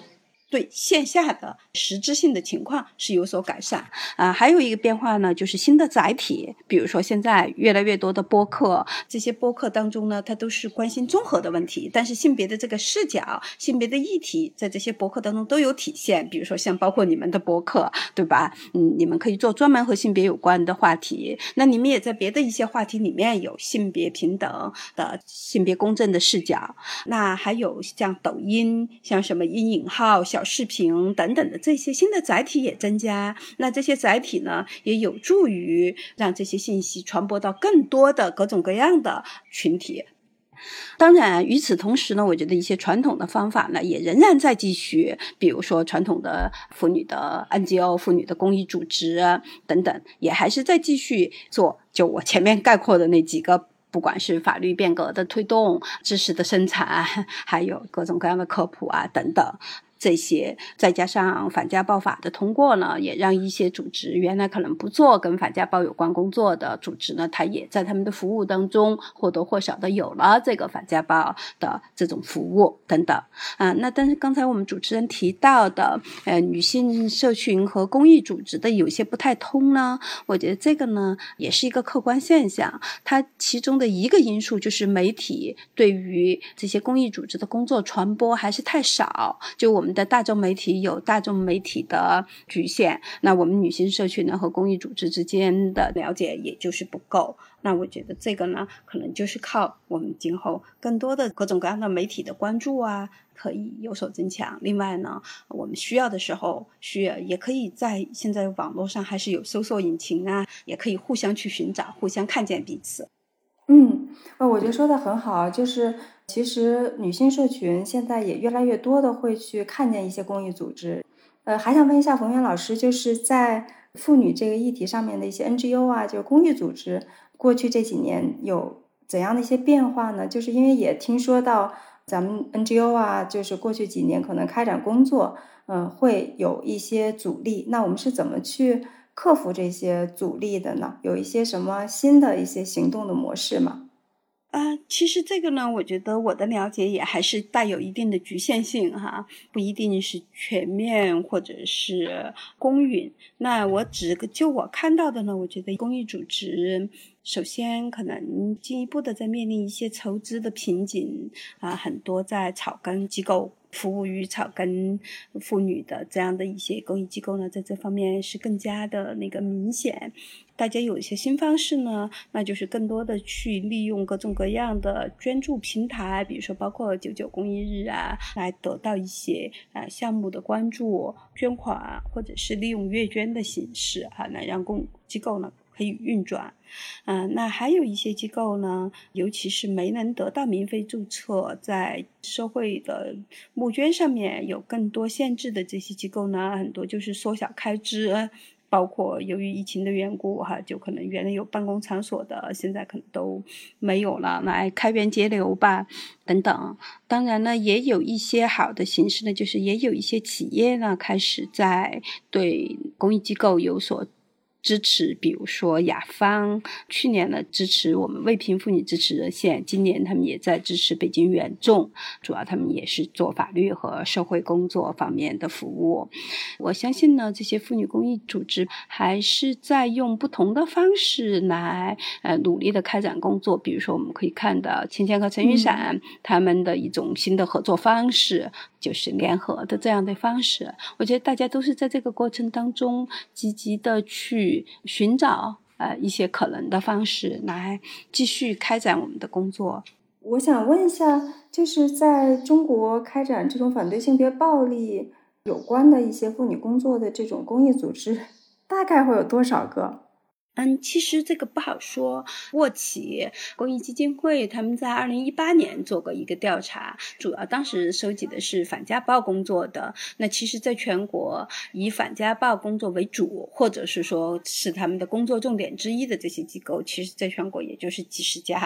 对线下的实质性的情况是有所改善还有一个变化呢，就是新的载体，比如说现在越来越多的播客，这些播客当中呢，它都是关心综合的问题，但是性别的这个视角、性别的议题在这些播客当中都有体现，比如说像包括你们的播客，对吧？你们可以做专门和性别有关的话题，那你们也在别的一些话题里面有性别平等的、性别公正的视角，那还有像抖音，像什么音引号、小视频等等的这些新的载体也增加，那这些载体呢也有助于让这些信息传播到更多的各种各样的群体。当然与此同时呢，我觉得一些传统的方法呢也仍然在继续，比如说传统的妇女的 NGO、 妇女的公益组织等等，也还是在继续做，就我前面概括的那几个，不管是法律变革的推动、知识的生产，还有各种各样的科普等等，这些再加上反家暴法的通过呢，也让一些组织原来可能不做跟反家暴有关工作的组织呢，它也在他们的服务当中或多或少的有了这个反家暴的这种服务等等那但是刚才我们主持人提到的女性社群和公益组织的有些不太通呢，我觉得这个呢也是一个客观现象，它其中的一个因素就是媒体对于这些公益组织的工作传播还是太少，就我们的大众媒体有大众媒体的局限，那我们女性社群呢和公益组织之间的了解也就是不够，那我觉得这个呢可能就是靠我们今后更多的各种各样的媒体的关注可以有所增强。另外呢，我们需要的时候也可以在现在网络上还是有搜索引擎也可以互相去寻找，互相看见彼此。 我觉得说的很好，就是其实女性社群现在也越来越多的会去看见一些公益组织。还想问一下冯源老师，就是在妇女这个议题上面的一些 NGO 就是公益组织，过去这几年有怎样的一些变化呢？就是因为也听说到咱们 NGO 就是过去几年可能开展工作，会有一些阻力，那我们是怎么去克服这些阻力的呢？有一些什么新的一些行动的模式吗？ 其实这个呢，我觉得我的了解也还是带有一定的局限性不一定是全面或者是公允。那就我看到的呢，我觉得公益组织首先可能进一步的在面临一些筹资的瓶颈很多在草根机构服务于草根妇女的这样的一些公益机构呢，在这方面是更加的明显。大家有一些新方式呢，那就是更多的去利用各种各样的捐助平台，比如说包括99公益日来得到一些项目的关注、捐款，或者是利用月捐的形式来让机构呢可以运转。那还有一些机构呢，尤其是没能得到民非注册，在社会的募捐上面有更多限制的这些机构呢，很多就是缩小开支，包括由于疫情的缘故就可能原来有办公场所的现在可能都没有了，来开源节流吧等等。当然呢，也有一些好的形式呢，就是也有一些企业呢开始在对公益机构有所支持，比如说雅芳去年呢支持我们为贫妇女支持热线，今年他们也在支持北京远众，主要他们也是做法律和社会工作方面的服务。我相信呢，这些妇女公益组织还是在用不同的方式来努力的开展工作，比如说我们可以看到芊芊和陈雨伞他们的一种新的合作方式，就是联合的这样的方式。我觉得大家都是在这个过程当中积极的去寻找一些可能的方式来继续开展我们的工作。 我想问一下，就是在中国开展这种反对性别暴力有关的一些妇女工作的这种公益组织，大概会有多少个？ 其实这个不好说。沃企公益基金会他们在2018年做过一个调查，主要当时收集的是反家暴工作的。那其实在全国以反家暴工作为主，或者是说是他们的工作重点之一的这些机构，其实在全国也就是几十家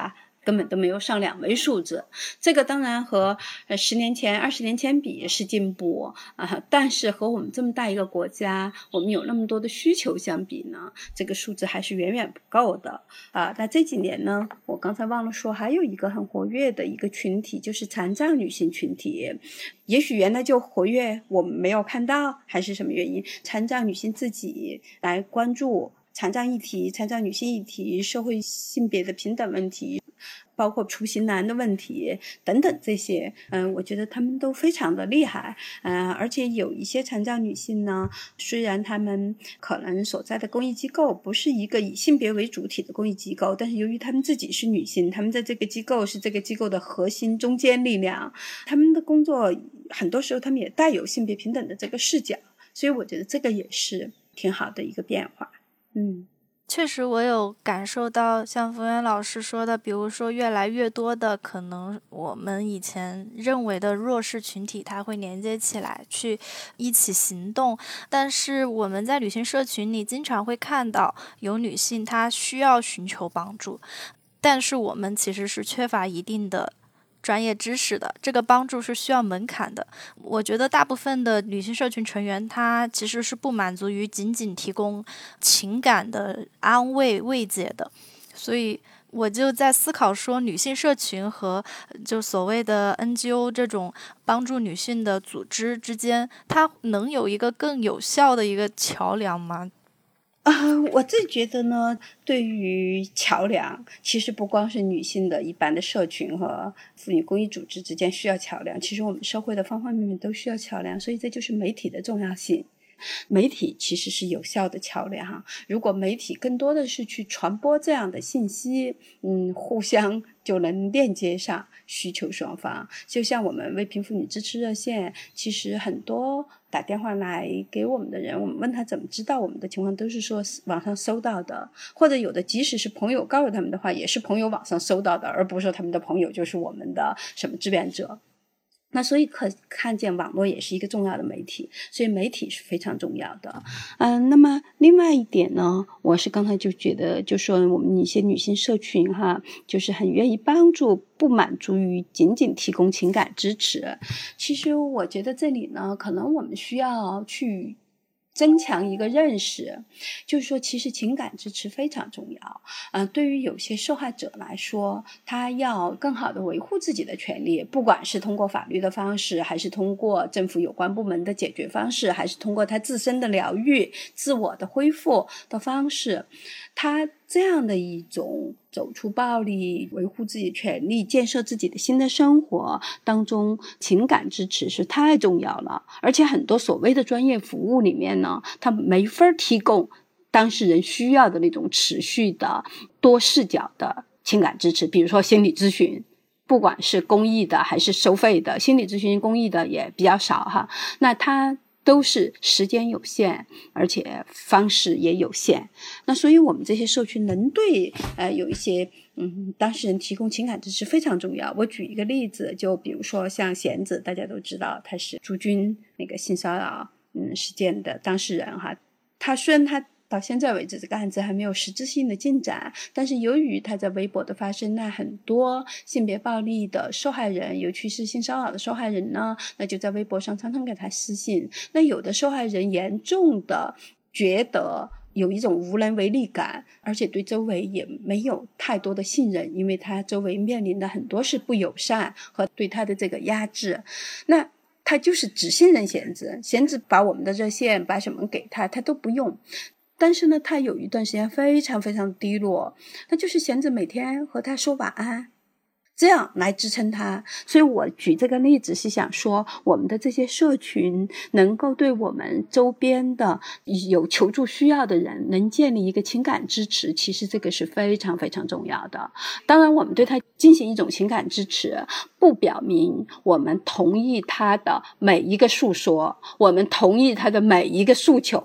根本都没有上2位数字。这个当然和10年前20年前比是进步但是和我们这么大一个国家，我们有那么多的需求相比呢，这个数字还是远远不够的那这几年呢，我刚才忘了说，还有一个很活跃的一个群体，就是残障女性群体。也许原来就活跃，我们没有看到，还是什么原因，残障女性自己来关注残障议题、残障女性议题、社会性别的平等问题，包括出行难的问题等等这些我觉得他们都非常的厉害而且有一些残障女性呢，虽然他们可能所在的公益机构不是一个以性别为主体的公益机构，但是由于他们自己是女性，他们在这个机构是这个机构的核心中坚力量，他们的工作很多时候他们也带有性别平等的这个视角，所以我觉得这个也是挺好的一个变化。 确实我有感受到像冯源老师说的，比如说越来越多的可能我们以前认为的弱势群体，它会连接起来去一起行动，但是我们在女性社群里经常会看到有女性她需要寻求帮助，但是我们其实是缺乏一定的专业知识的，这个帮助是需要门槛的。我觉得大部分的女性社群成员，她其实是不满足于仅仅提供情感的安慰慰藉的，所以我就在思考说，女性社群和就所谓的 NGO 这种帮助女性的组织之间，它能有一个更有效的一个桥梁吗？ 我自己觉得呢，对于桥梁，其实不光是女性的一般的社群和妇女公益组织之间需要桥梁，其实我们社会的方方面面都需要桥梁，所以这就是媒体的重要性。媒体其实是有效的桥梁如果媒体更多的是去传播这样的信息互相就能链接上需求双方。就像我们为贫妇女支持热线，其实很多打电话来给我们的人，我们问他怎么知道我们的情况，都是说网上搜到的，或者有的即使是朋友告诉他们的话，也是朋友网上搜到的，而不是说他们的朋友就是我们的什么志愿者。那所以可看见网络也是一个重要的媒体，所以媒体是非常重要的。那么另外一点呢，我是刚才就觉得，就说我们一些女性社群就是很愿意帮助，不满足于仅仅提供情感支持。其实我觉得这里呢，可能我们需要去增强一个认识，就是说其实情感支持非常重要对于有些受害者来说，他要更好的维护自己的权利，不管是通过法律的方式，还是通过政府有关部门的解决方式，还是通过他自身的疗愈、自我的恢复的方式，他这样的一种走出暴力，维护自己权利，建设自己的新的生活当中，情感支持是太重要了。而且很多所谓的专业服务里面呢，它没法提供当事人需要的那种持续的多视角的情感支持。比如说心理咨询，不管是公益的还是收费的，心理咨询公益的也比较少那它都是时间有限，而且方式也有限。那所以我们这些社群能对有一些当事人提供情感支持非常重要。我举一个例子，就比如说像弦子，大家都知道他是朱军那个性骚扰事件的当事人他虽然他到现在为止这个案子还没有实质性的进展，但是由于他在微博的发生，那很多性别暴力的受害人，尤其是性骚扰的受害人呢，那就在微博上常常给他私信。那有的受害人严重的觉得有一种无能为力感，而且对周围也没有太多的信任，因为他周围面临的很多是不友善和对他的这个压制。那他就是只信任弦子，弦子把我们的热线把什么给他都不用。但是呢，他有一段时间非常非常低落，那就是弦子每天和他说晚安，这样来支撑他。所以我举这个例子是想说，我们的这些社群能够对我们周边的有求助需要的人能建立一个情感支持，其实这个是非常非常重要的。当然我们对他进行一种情感支持，不表明我们同意他的每一个诉说，我们同意他的每一个诉求，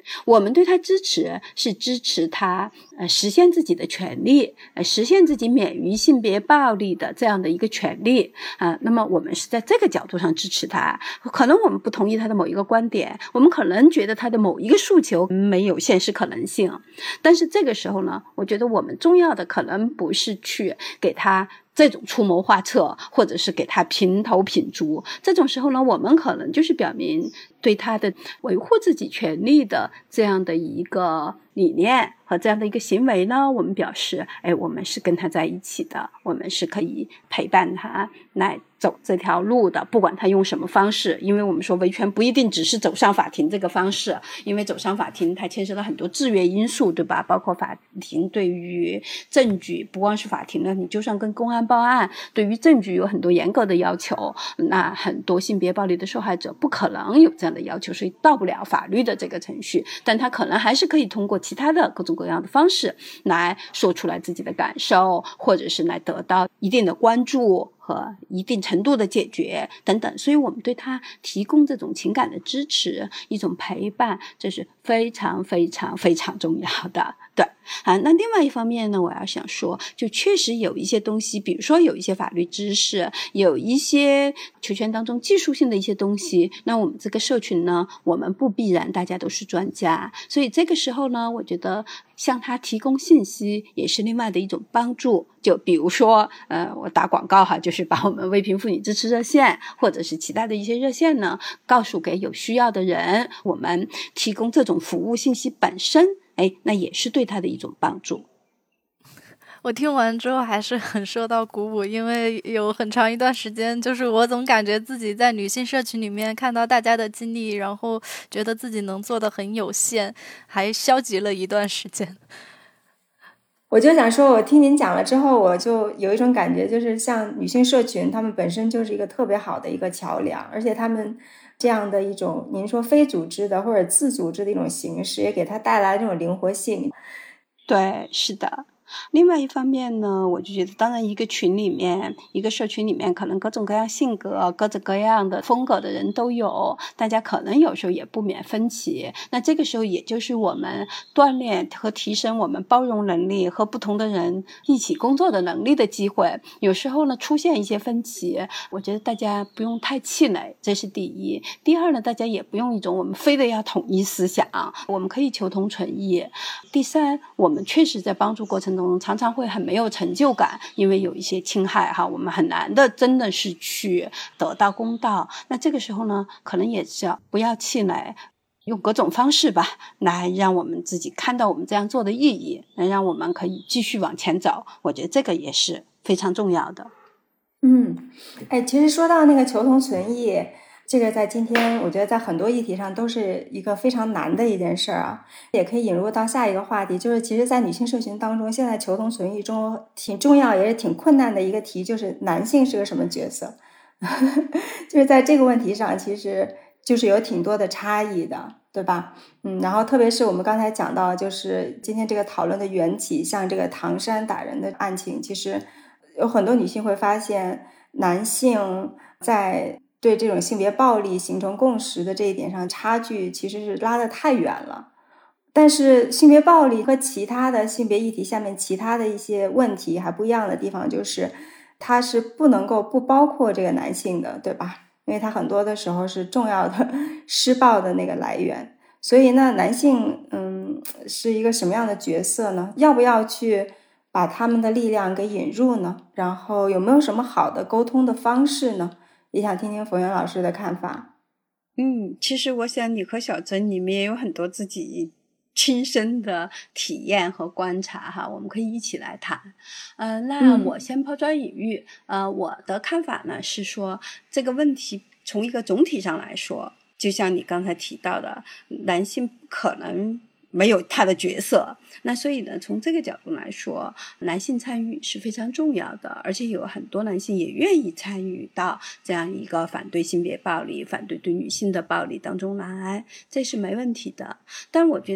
我们对他支持是支持他实现自己的权利，实现自己免于性别暴力的这样的一个权利那么我们是在这个角度上支持他。可能我们不同意他的某一个观点，我们可能觉得他的某一个诉求没有现实可能性，但是这个时候呢，我觉得我们重要的可能不是去给他这种出谋划策，或者是给他评头品足，这种时候呢，我们可能就是表明对他的维护自己权利的这样的一个理念和这样的一个行为呢，我们表示我们是跟他在一起的，我们是可以陪伴他来走这条路的，不管他用什么方式。因为我们说维权不一定只是走上法庭这个方式，因为走上法庭它牵涉了很多制约因素，对吧？包括法庭对于证据，不光是法庭了，你就算跟公安报案，对于证据有很多严格的要求，那很多性别暴力的受害者不可能有这样的要求，所以到不了法律的这个程序，但他可能还是可以通过其他的各种各样的方式来说出来自己的感受，或者是来得到一定的关注和一定程度的解决等等。所以我们对他提供这种情感的支持，一种陪伴，这是非常非常非常重要的。对那另外一方面呢，我要想说，就确实有一些东西，比如说有一些法律知识，有一些求权当中技术性的一些东西，那我们这个社群呢，我们不必然大家都是专家，所以这个时候呢，我觉得向他提供信息也是另外的一种帮助。就比如说我打广告就是把我们为贫妇女支持热线或者是其他的一些热线呢，告诉给有需要的人，我们提供这种服务信息本身那也是对他的一种帮助。 我听完之后还是很受到鼓舞，因为有很长一段时间，就是我总感觉自己在女性社群里面看到大家的经历，然后觉得自己能做的很有限，还消极了一段时间。 我就想说，我听您讲了之后，我就有一种感觉，就是像女性社群，她们本身就是一个特别好的一个桥梁，而且她们这样的一种您说非组织的或者自组织的一种形式，也给它带来这种灵活性。 对，是的。另外一方面呢，我就觉得当然一个群里面，一个社群里面，可能各种各样性格各种各样的风格的人都有，大家可能有时候也不免分歧，那这个时候也就是我们锻炼和提升我们包容能力和不同的人一起工作的能力的机会。有时候呢出现一些分歧，我觉得大家不用太气馁，这是第一。第二呢，大家也不用一种我们非得要统一思想，我们可以求同存异。第三，我们确实在帮助过程中常常会很没有成就感，因为有一些侵害我们很难的真的是去得到公道。那这个时候呢，可能也是要不要气馁，用各种方式吧，来让我们自己看到我们这样做的意义，来让我们可以继续往前走。我觉得这个也是非常重要的。 其实说到那个求同存异，这个在今天我觉得在很多议题上都是一个非常难的一件事啊，也可以引入到下一个话题，就是其实在女性社群当中，现在求同存异中挺重要也是挺困难的一个题，就是男性是个什么角色就是在这个问题上其实就是有挺多的差异的，对吧？然后特别是我们刚才讲到，就是今天这个讨论的缘起，像这个唐山打人的案情，其实有很多女性会发现男性在对这种性别暴力形成共识的这一点上差距其实是拉得太远了。但是性别暴力和其他的性别议题下面其他的一些问题还不一样的地方，就是它是不能够不包括这个男性的，对吧？因为它很多的时候是重要的施暴的那个来源。所以呢，男性是一个什么样的角色呢？要不要去把他们的力量给引入呢？然后有没有什么好的沟通的方式呢？也想听听冯源老师的看法。 其实我想你和小珍你们也有很多自己亲身的体验和观察我们可以一起来谈。那我先抛砖引玉。我的看法呢是说，这个问题从一个总体上来说，就像你刚才提到的，男性可能没有他的角色，那所以呢，从这个角度来说，男性参与是非常重要的，而且有很多男性也愿意参与到这样一个反对性别暴力、反对对女性的暴力当中来，这是没问题的。但我觉得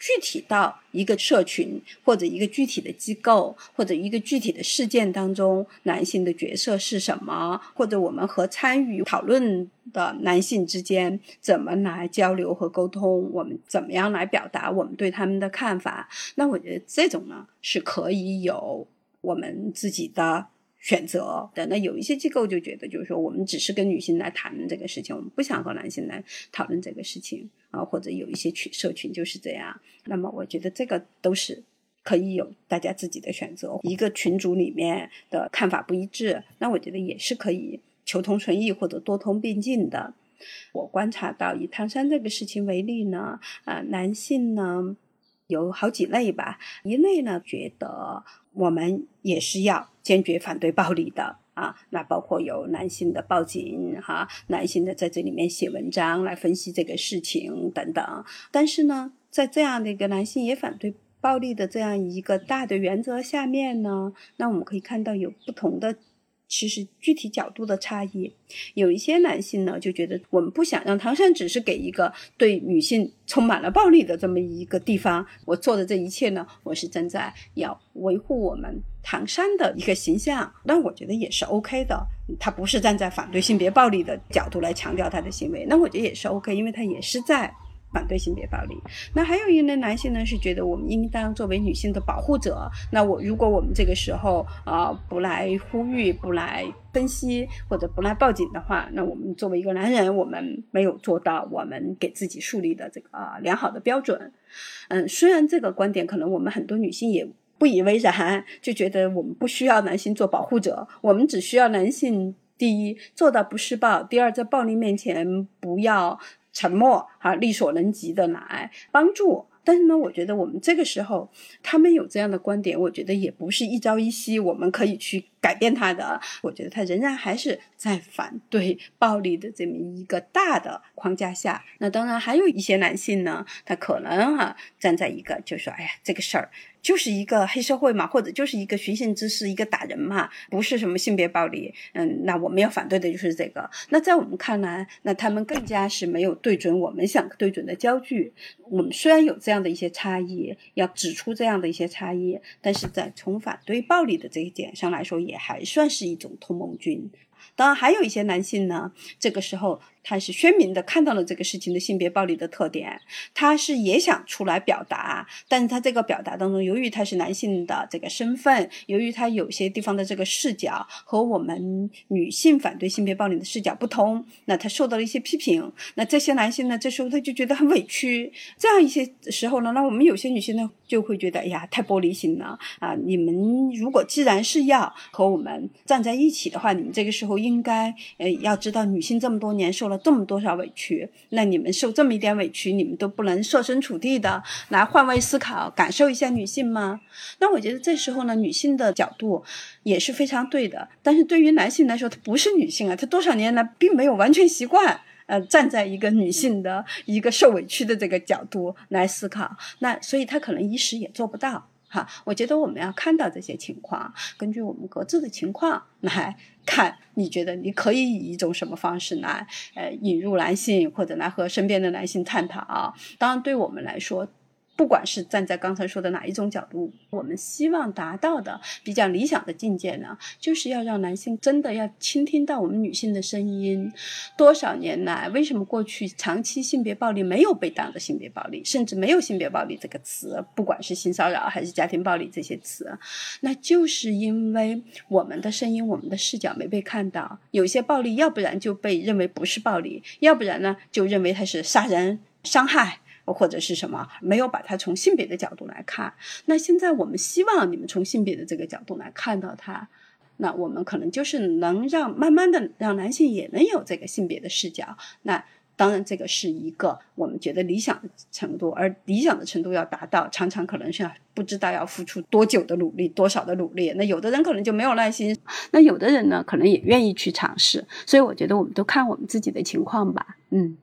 具体到一个社群或者一个具体的机构或者一个具体的事件当中，男性的角色是什么，或者我们和参与讨论的男性之间怎么来交流和沟通，我们怎么样来表达我们对他们的看法。那我觉得这种呢是可以有我们自己的选择的。那有一些机构就觉得就是说我们只是跟女性来谈论这个事情，我们不想和男性来讨论这个事情或者有一些社群就是这样。那么我觉得这个都是可以有大家自己的选择。一个群组里面的看法不一致，那我觉得也是可以求同存异或者多通并进的。我观察到以唐山这个事情为例呢，男性呢有好几类吧。一类呢觉得我们也是要坚决反对暴力的那包括有男性的报警男性的在这里面写文章来分析这个事情等等。但是呢在这样的一个男性也反对暴力的这样一个大的原则下面呢，那我们可以看到有不同的其实具体角度的差异。有一些男性呢就觉得我们不想让唐山只是给一个对女性充满了暴力的这么一个地方，我做的这一切呢，我是站在要维护我们唐山的一个形象，但我觉得也是 OK 的。他不是站在反对性别暴力的角度来强调他的行为，那我觉得也是 OK， 因为他也是在反对性别暴力。那还有一类男性呢是觉得我们应当作为女性的保护者，那如果我们这个时候不来呼吁不来分析或者不来报警的话，那我们作为一个男人我们没有做到我们给自己树立的这个良好的标准。虽然这个观点可能我们很多女性也不以为然，就觉得我们不需要男性做保护者，我们只需要男性第一做到不施暴，第二在暴力面前不要沉默力所能及的来帮助。但是呢我觉得我们这个时候他们有这样的观点，我觉得也不是一朝一夕我们可以去改变他的。我觉得他仍然还是在反对暴力的这么一个大的框架下。那当然还有一些男性呢，他可能站在一个就是说这个事儿就是一个黑社会嘛，或者就是一个寻衅滋事，一个打人嘛，不是什么性别暴力。那我们要反对的就是这个。那在我们看来，那他们更加是没有对准我们想对准的焦距。我们虽然有这样的一些差异，要指出这样的一些差异，但是在从反对暴力的这一点上来说，也还算是一种同盟军。当然还有一些男性呢，这个时候他是鲜明的看到了这个事情的性别暴力的特点，他是也想出来表达，但是他这个表达当中，由于他是男性的这个身份，由于他有些地方的这个视角和我们女性反对性别暴力的视角不同，那他受到了一些批评。那这些男性呢，这时候他就觉得很委屈。这样一些时候呢，那我们有些女性呢就会觉得太玻璃心了你们如果既然是要和我们站在一起的话，你们这个时候应该要知道女性这么多年受了这么多少委屈，那你们受这么一点委屈，你们都不能设身处地的来换位思考，感受一下女性吗？那我觉得这时候呢，女性的角度也是非常对的。但是对于男性来说，他不是女性他多少年来并没有完全习惯站在一个女性的一个受委屈的这个角度来思考，那所以他可能一时也做不到我觉得我们要看到这些情况，根据我们各自的情况来看，你觉得你可以以一种什么方式来引入男性，或者来和身边的男性探讨。当然对我们来说，不管是站在刚才说的哪一种角度，我们希望达到的比较理想的境界呢，就是要让男性真的要倾听到我们女性的声音。多少年来，为什么过去长期性别暴力没有被当的性别暴力，甚至没有性别暴力这个词，不管是性骚扰还是家庭暴力这些词，那就是因为我们的声音我们的视角没被看到。有些暴力要不然就被认为不是暴力，要不然呢就认为它是杀人伤害或者是什么，没有把它从性别的角度来看。那现在我们希望你们从性别的这个角度来看到它，那我们可能就是能慢慢的让男性也能有这个性别的视角。那当然这个是一个我们觉得理想的程度，而理想的程度要达到，常常可能是不知道要付出多久的努力，多少的努力。那有的人可能就没有耐心，那有的人呢可能也愿意去尝试。所以我觉得我们都看我们自己的情况吧。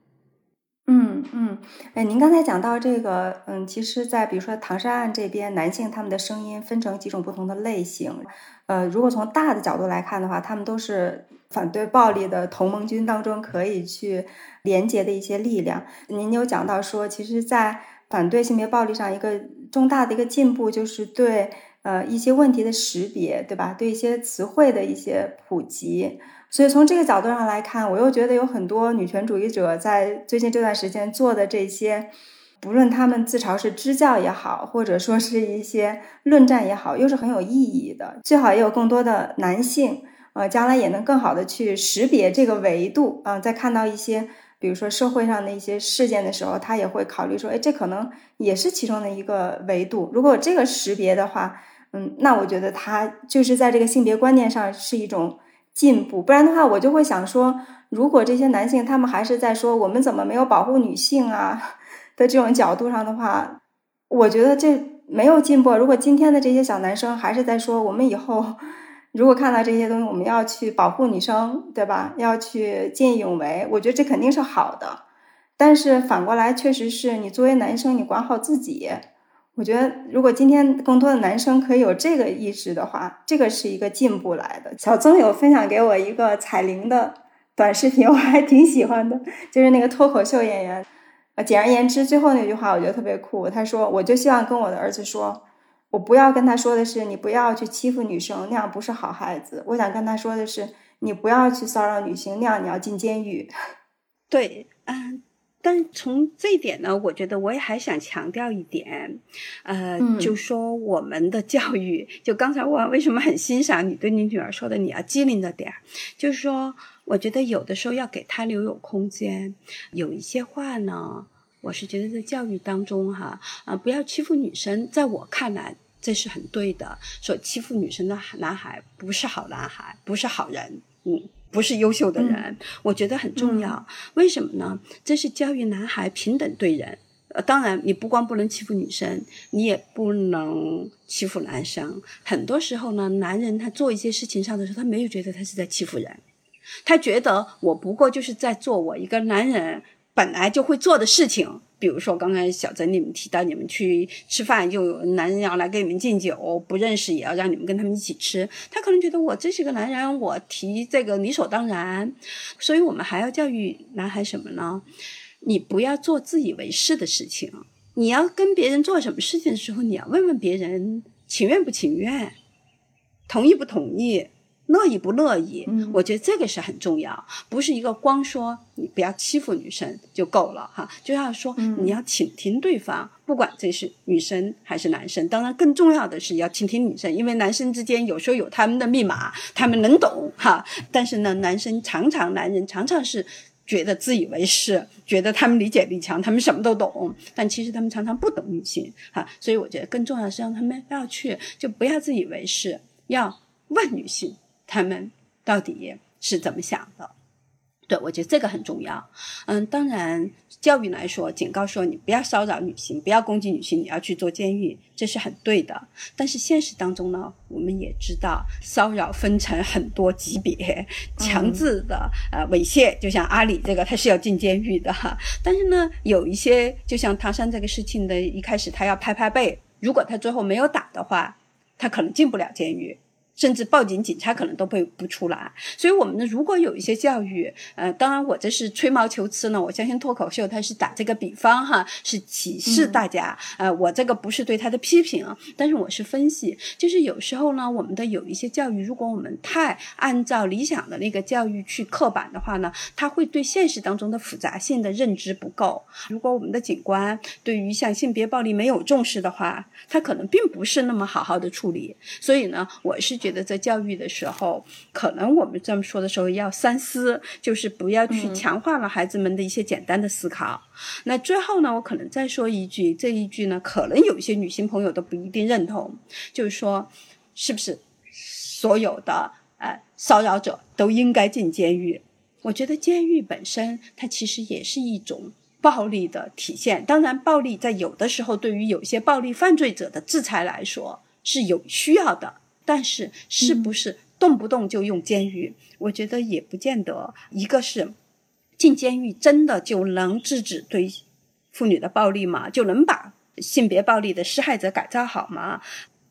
您刚才讲到这个，其实在比如说唐山案这边，男性他们的声音分成几种不同的类型。如果从大的角度来看的话，他们都是反对暴力的同盟军当中可以去连接的一些力量。您有讲到说，其实在反对性别暴力上一个重大的一个进步，就是对一些问题的识别，对吧？对一些词汇的一些普及。所以从这个角度上来看，我又觉得有很多女权主义者在最近这段时间做的这些，不论他们自嘲是支教也好，或者说是一些论战也好，又是很有意义的。最好也有更多的男性将来也能更好的去识别这个维度在看到一些比如说社会上的一些事件的时候，他也会考虑说，这可能也是其中的一个维度。如果有这个识别的话，那我觉得他就是在这个性别观念上是一种进步。不然的话，我就会想说，如果这些男性他们还是在说我们怎么没有保护女性啊的这种角度上的话，我觉得这没有进步。如果今天的这些小男生还是在说我们以后如果看到这些东西我们要去保护女生，对吧？要去见义勇为，我觉得这肯定是好的。但是反过来确实是你作为男生你管好自己，我觉得如果今天更多的男生可以有这个意识的话，这个是一个进步来的。小曾有分享给我一个彩铃的短视频，我还挺喜欢的，就是那个脱口秀演员简而言之最后那句话我觉得特别酷，他说我就希望跟我的儿子说，我不要跟他说的是你不要去欺负女生，那样不是好孩子。我想跟他说的是你不要去骚扰女性，那样你要进监狱。 对，但从这一点呢，我觉得我也还想强调一点，就说我们的教育，就刚才我为什么很欣赏你对你女儿说的，你要机灵的点，就是说，我觉得有的时候要给她留有空间，有一些话呢，我是觉得在教育当中不要欺负女生，在我看来这是很对的，说欺负女生的男孩不是好男孩，不是好人，不是优秀的人，我觉得很重要。为什么呢？这是教育男孩平等对人。当然你不光不能欺负女生，你也不能欺负男生。很多时候呢，男人他做一些事情上的时候，他没有觉得他是在欺负人，他觉得我不过就是在做我一个男人本来就会做的事情。比如说刚才小曾你们提到你们去吃饭，就有男人要来给你们敬酒，不认识也要让你们跟他们一起吃，他可能觉得我这是个男人，我提这个理所当然。所以我们还要教育男孩什么呢？你不要做自以为是的事情，你要跟别人做什么事情的时候，你要问问别人情愿不情愿，同意不同意，乐意不乐意。我觉得这个是很重要，不是一个光说你不要欺负女生就够了就要说你要倾听对方，不管这是女生还是男生。当然更重要的是要倾听女生，因为男生之间有时候有他们的密码，他们能懂但是呢，男人常常是觉得自以为是，觉得他们理解力强，他们什么都懂，但其实他们常常不懂女性所以我觉得更重要的是让他们要去，就不要自以为是，要问女性他们到底是怎么想的。对，我觉得这个很重要。当然教育来说，警告说你不要骚扰女性，不要攻击女性，你要去做监狱，这是很对的。但是现实当中呢，我们也知道骚扰分成很多级别，强制的猥亵，就像阿里这个他是要进监狱的但是呢，有一些就像唐山这个事情的一开始他要拍背，如果他最后没有打的话，他可能进不了监狱，甚至报警警察可能都不出来。所以我们如果有一些教育当然我这是吹毛求疵呢，我相信脱口秀它是打这个比方是启示大家我这个不是对他的批评但是我是分析，就是有时候呢，我们的有一些教育，如果我们太按照理想的那个教育去刻板的话呢，它会对现实当中的复杂性的认知不够。如果我们的警官对于像性别暴力没有重视的话，他可能并不是那么好好的处理。所以呢，我是觉得在教育的时候，可能我们这么说的时候要三思，就是不要去强化了孩子们的一些简单的思考。那最后呢，我可能再说一句，这一句呢可能有一些女性朋友都不一定认同，就是说是不是所有的骚扰者都应该进监狱。我觉得监狱本身它其实也是一种暴力的体现，当然暴力在有的时候对于有些暴力犯罪者的制裁来说是有需要的，但是是不是动不动就用监狱我觉得也不见得。一个是进监狱真的就能制止对妇女的暴力吗？就能把性别暴力的施害者改造好吗？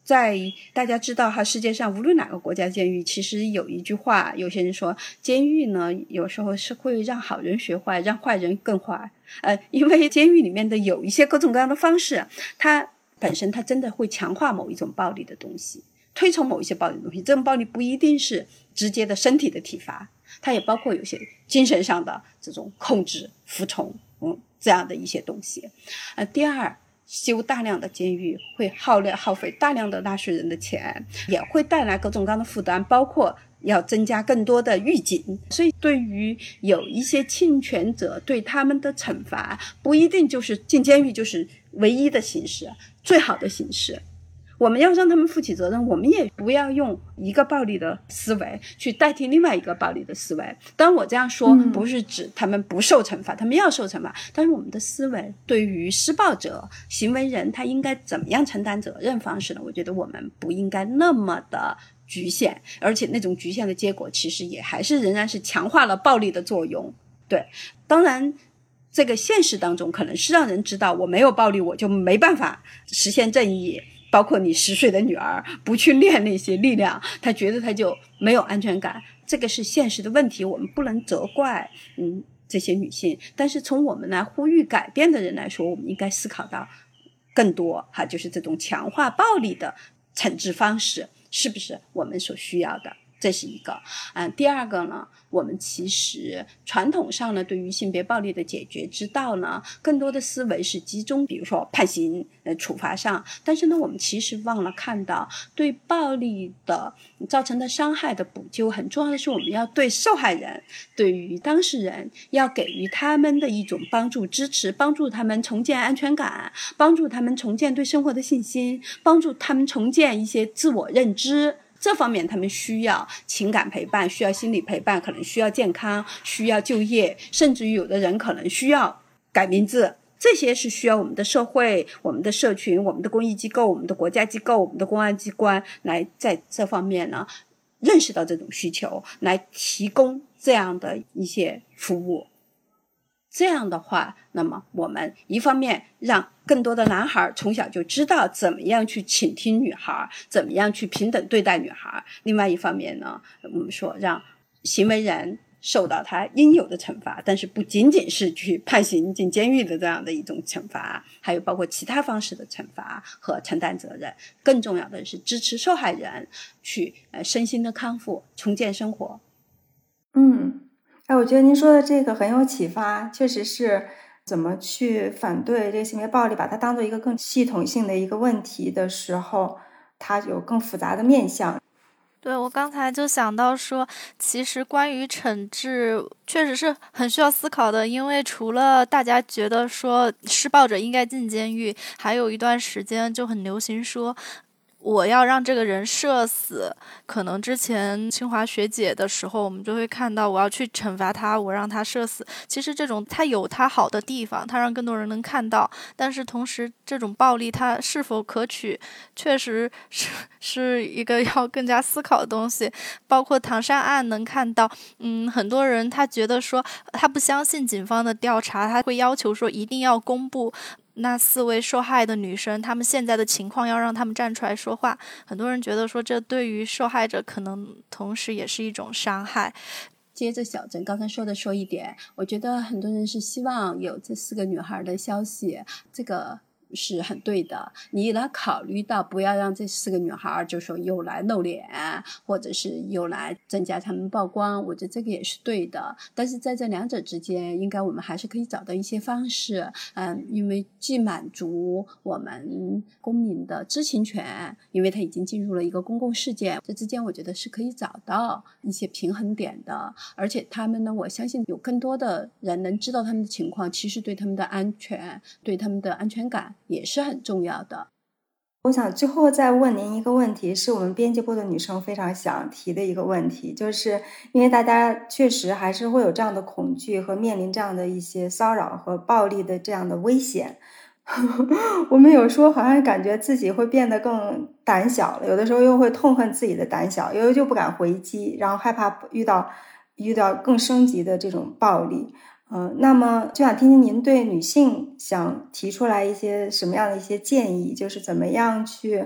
在大家知道哈，世界上无论哪个国家监狱，其实有一句话，有些人说监狱呢有时候是会让好人学坏，让坏人更坏。因为监狱里面的有一些各种各样的方式，它本身它真的会强化某一种暴力的东西，推崇某一些暴力的东西。这种暴力不一定是直接的身体的体罚，它也包括有些精神上的这种控制、服从，这样的一些东西。第二，修大量的监狱会耗费大量的纳税人的钱，也会带来各种各样的负担，包括要增加更多的狱警。所以对于有一些侵权者，对他们的惩罚不一定就是进监狱就是唯一的形式，最好的形式。我们要让他们负起责任，我们也不要用一个暴力的思维去代替另外一个暴力的思维。当然我这样说不是指他们不受惩罚，他们要受惩罚，但是我们的思维对于施暴者行为人他应该怎么样承担责任方式呢，我觉得我们不应该那么的局限，而且那种局限的结果其实也还是仍然是强化了暴力的作用。对，当然这个现实当中可能是让人知道我没有暴力我就没办法实现正义，包括你10岁的女儿不去练那些力量，她觉得她就没有安全感，这个是现实的问题，我们不能责怪这些女性。但是从我们来呼吁改变的人来说，我们应该思考到更多就是这种强化暴力的惩治方式是不是我们所需要的，这是一个。第二个呢，我们其实传统上呢，对于性别暴力的解决之道呢，更多的思维是集中比如说判刑处罚上，但是呢我们其实忘了看到对暴力的造成的伤害的补救，很重要的是我们要对受害人，对于当事人要给予他们的一种帮助支持，帮助他们重建安全感，帮助他们重建对生活的信心，帮助他们重建一些自我认知。这方面他们需要情感陪伴，需要心理陪伴，可能需要健康，需要就业，甚至于有的人可能需要改名字，这些是需要我们的社会、我们的社群、我们的公益机构、我们的国家机构、我们的公安机关来在这方面呢认识到这种需求，来提供这样的一些服务。这样的话，那么我们一方面让更多的男孩从小就知道怎么样去倾听女孩，怎么样去平等对待女孩，另外一方面呢，我们说让行为人受到他应有的惩罚，但是不仅仅是去判刑进监狱的这样的一种惩罚，还有包括其他方式的惩罚和承担责任。更重要的是支持受害人去身心的康复，重建生活。 我觉得您说的这个很有启发，确实是怎么去反对这个性别暴力，把它当做一个更系统性的一个问题的时候，它有更复杂的面向。 对，我刚才就想到说，其实关于惩治确实是很需要思考的，因为除了大家觉得说施暴者应该进监狱，还有一段时间就很流行说我要让这个人社死。可能之前清华学姐的时候，我们就会看到我要去惩罚他，我让他社死。其实这种它有它好的地方，它让更多人能看到，但是同时这种暴力它是否可取，确实是一个要更加思考的东西。包括唐山案能看到很多人他觉得说他不相信警方的调查，他会要求说一定要公布那4位受害的女生她们现在的情况，要让她们站出来说话。很多人觉得说这对于受害者可能同时也是一种伤害。 接着小郑刚才说一点，我觉得很多人是希望有这4个女孩的消息，这个是很对的。你来考虑到不要让这4个女孩就说又来露脸，或者是又来增加她们曝光，我觉得这个也是对的。但是在这两者之间，应该我们还是可以找到一些方式，因为既满足我们公民的知情权，因为它已经进入了一个公共事件，这之间我觉得是可以找到一些平衡点的。而且他们呢，我相信有更多的人能知道他们的情况，其实对他们的安全，对他们的安全感也是很重要的。 我想最后再问您一个问题，是我们编辑部的女生非常想提的一个问题，就是因为大家确实还是会有这样的恐惧和面临这样的一些骚扰和暴力的这样的危险我们有时候好像感觉自己会变得更胆小了，有的时候又会痛恨自己的胆小，又就不敢回击，然后害怕遇到更升级的这种暴力。那么就想听听您对女性想提出来一些什么样的一些建议，就是怎么样去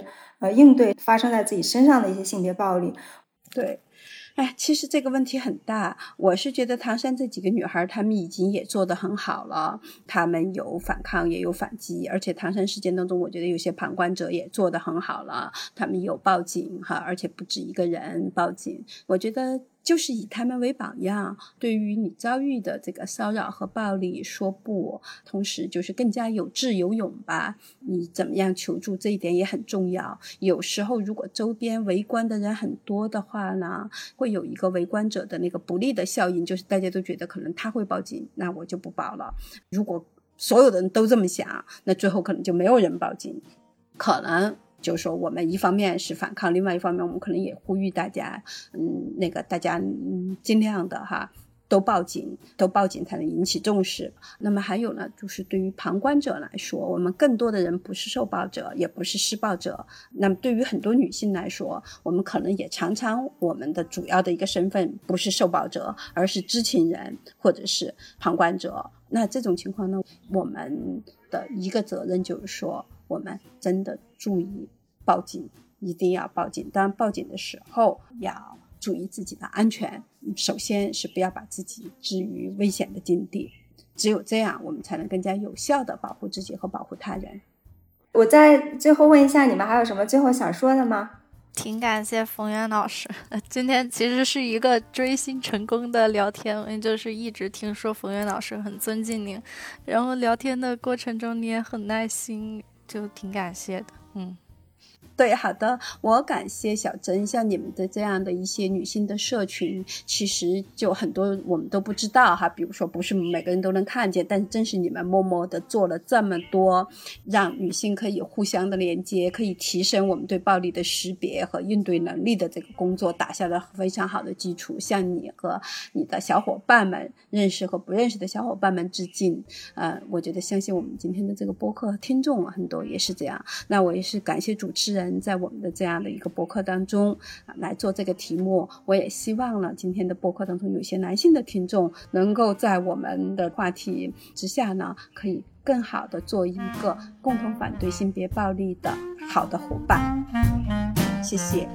应对发生在自己身上的一些性别暴力。 对，其实这个问题很大，我是觉得唐山这几个女孩她们已经也做得很好了，她们有反抗也有反击，而且唐山事件当中我觉得有些旁观者也做得很好了，她们有报警而且不止一个人报警，我觉得就是以他们为榜样，对于你遭遇的这个骚扰和暴力说不，同时就是更加有智有勇吧，你怎么样求助这一点也很重要。有时候如果周边围观的人很多的话呢，会有一个围观者的那个不利的效应，就是大家都觉得可能他会报警，那我就不报了。如果所有的人都这么想，那最后可能就没有人报警，可能就是说我们一方面是反抗，另外一方面我们可能也呼吁大家大家尽量的都报警才能引起重视。那么还有呢，就是对于旁观者来说，我们更多的人不是受暴者也不是施暴者，那么对于很多女性来说，我们可能也常常我们的主要的一个身份不是受暴者，而是知情人或者是旁观者。那这种情况呢，我们的一个责任就是说，我们真的注意报警，一定要报警。当然报警的时候要注意自己的安全，首先是不要把自己置于危险的境地，只有这样我们才能更加有效地保护自己和保护他人。 我再最后问一下，你们还有什么最后想说的吗？ 挺感谢冯源老师，今天其实是一个追星成功的聊天，我就是一直听说冯源老师很尊敬您，然后聊天的过程中你也很耐心，就挺感谢的。 对，好的，我感谢小珍，像你们的这样的一些女性的社群，其实就很多我们都不知道比如说不是每个人都能看见，但正是你们默默的做了这么多，让女性可以互相的连接，可以提升我们对暴力的识别和应对能力的这个工作打下了非常好的基础，向你和你的小伙伴们，认识和不认识的小伙伴们致敬。我觉得相信我们今天的这个播客听众很多也是这样，那我也是感谢主持人在我们的这样的一个播客当中来做这个题目。我也希望呢，今天的播客当中有些男性的听众能够在我们的话题之下呢，可以更好的做一个共同反对性别暴力的好的伙伴。谢谢，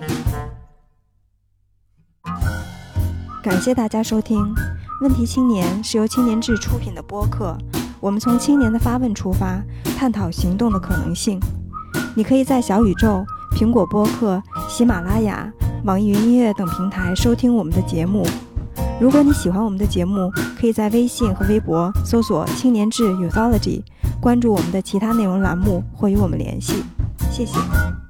感谢大家收听问题青年，是由青年志出品的播客，我们从青年的发问出发，探讨行动的可能性。你可以在小宇宙、苹果播客、喜马拉雅、网易云音乐等平台收听我们的节目。如果你喜欢我们的节目，可以在微信和微博搜索青年志 Youthology， 关注我们的其他内容栏目或与我们联系。谢谢。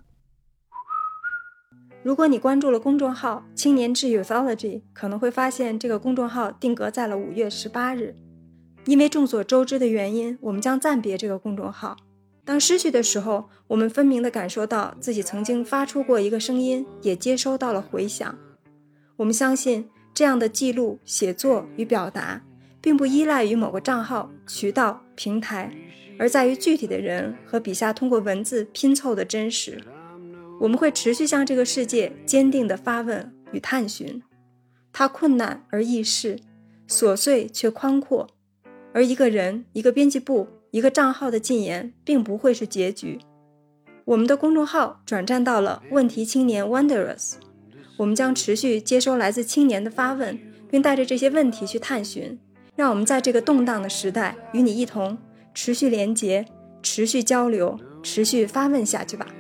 如果你关注了公众号青年志 Youthology， 可能会发现这个公众号定格在了5月18日。因为众所周知的原因，我们将暂别这个公众号。当失去的时候，我们分明地感受到自己曾经发出过一个声音，也接收到了回响。我们相信这样的记录、写作与表达并不依赖于某个账号、渠道、平台，而在于具体的人和笔下通过文字拼凑的真实。我们会持续向这个世界坚定地发问与探寻，它困难而易逝，琐碎却宽阔，而一个人、一个编辑部、一个账号的禁言并不会是结局。我们的公众号转战到了问题青年 Wondrous， 我们将持续接收来自青年的发问，并带着这些问题去探寻，让我们在这个动荡的时代与你一同持续连结、持续交流、持续发问下去吧。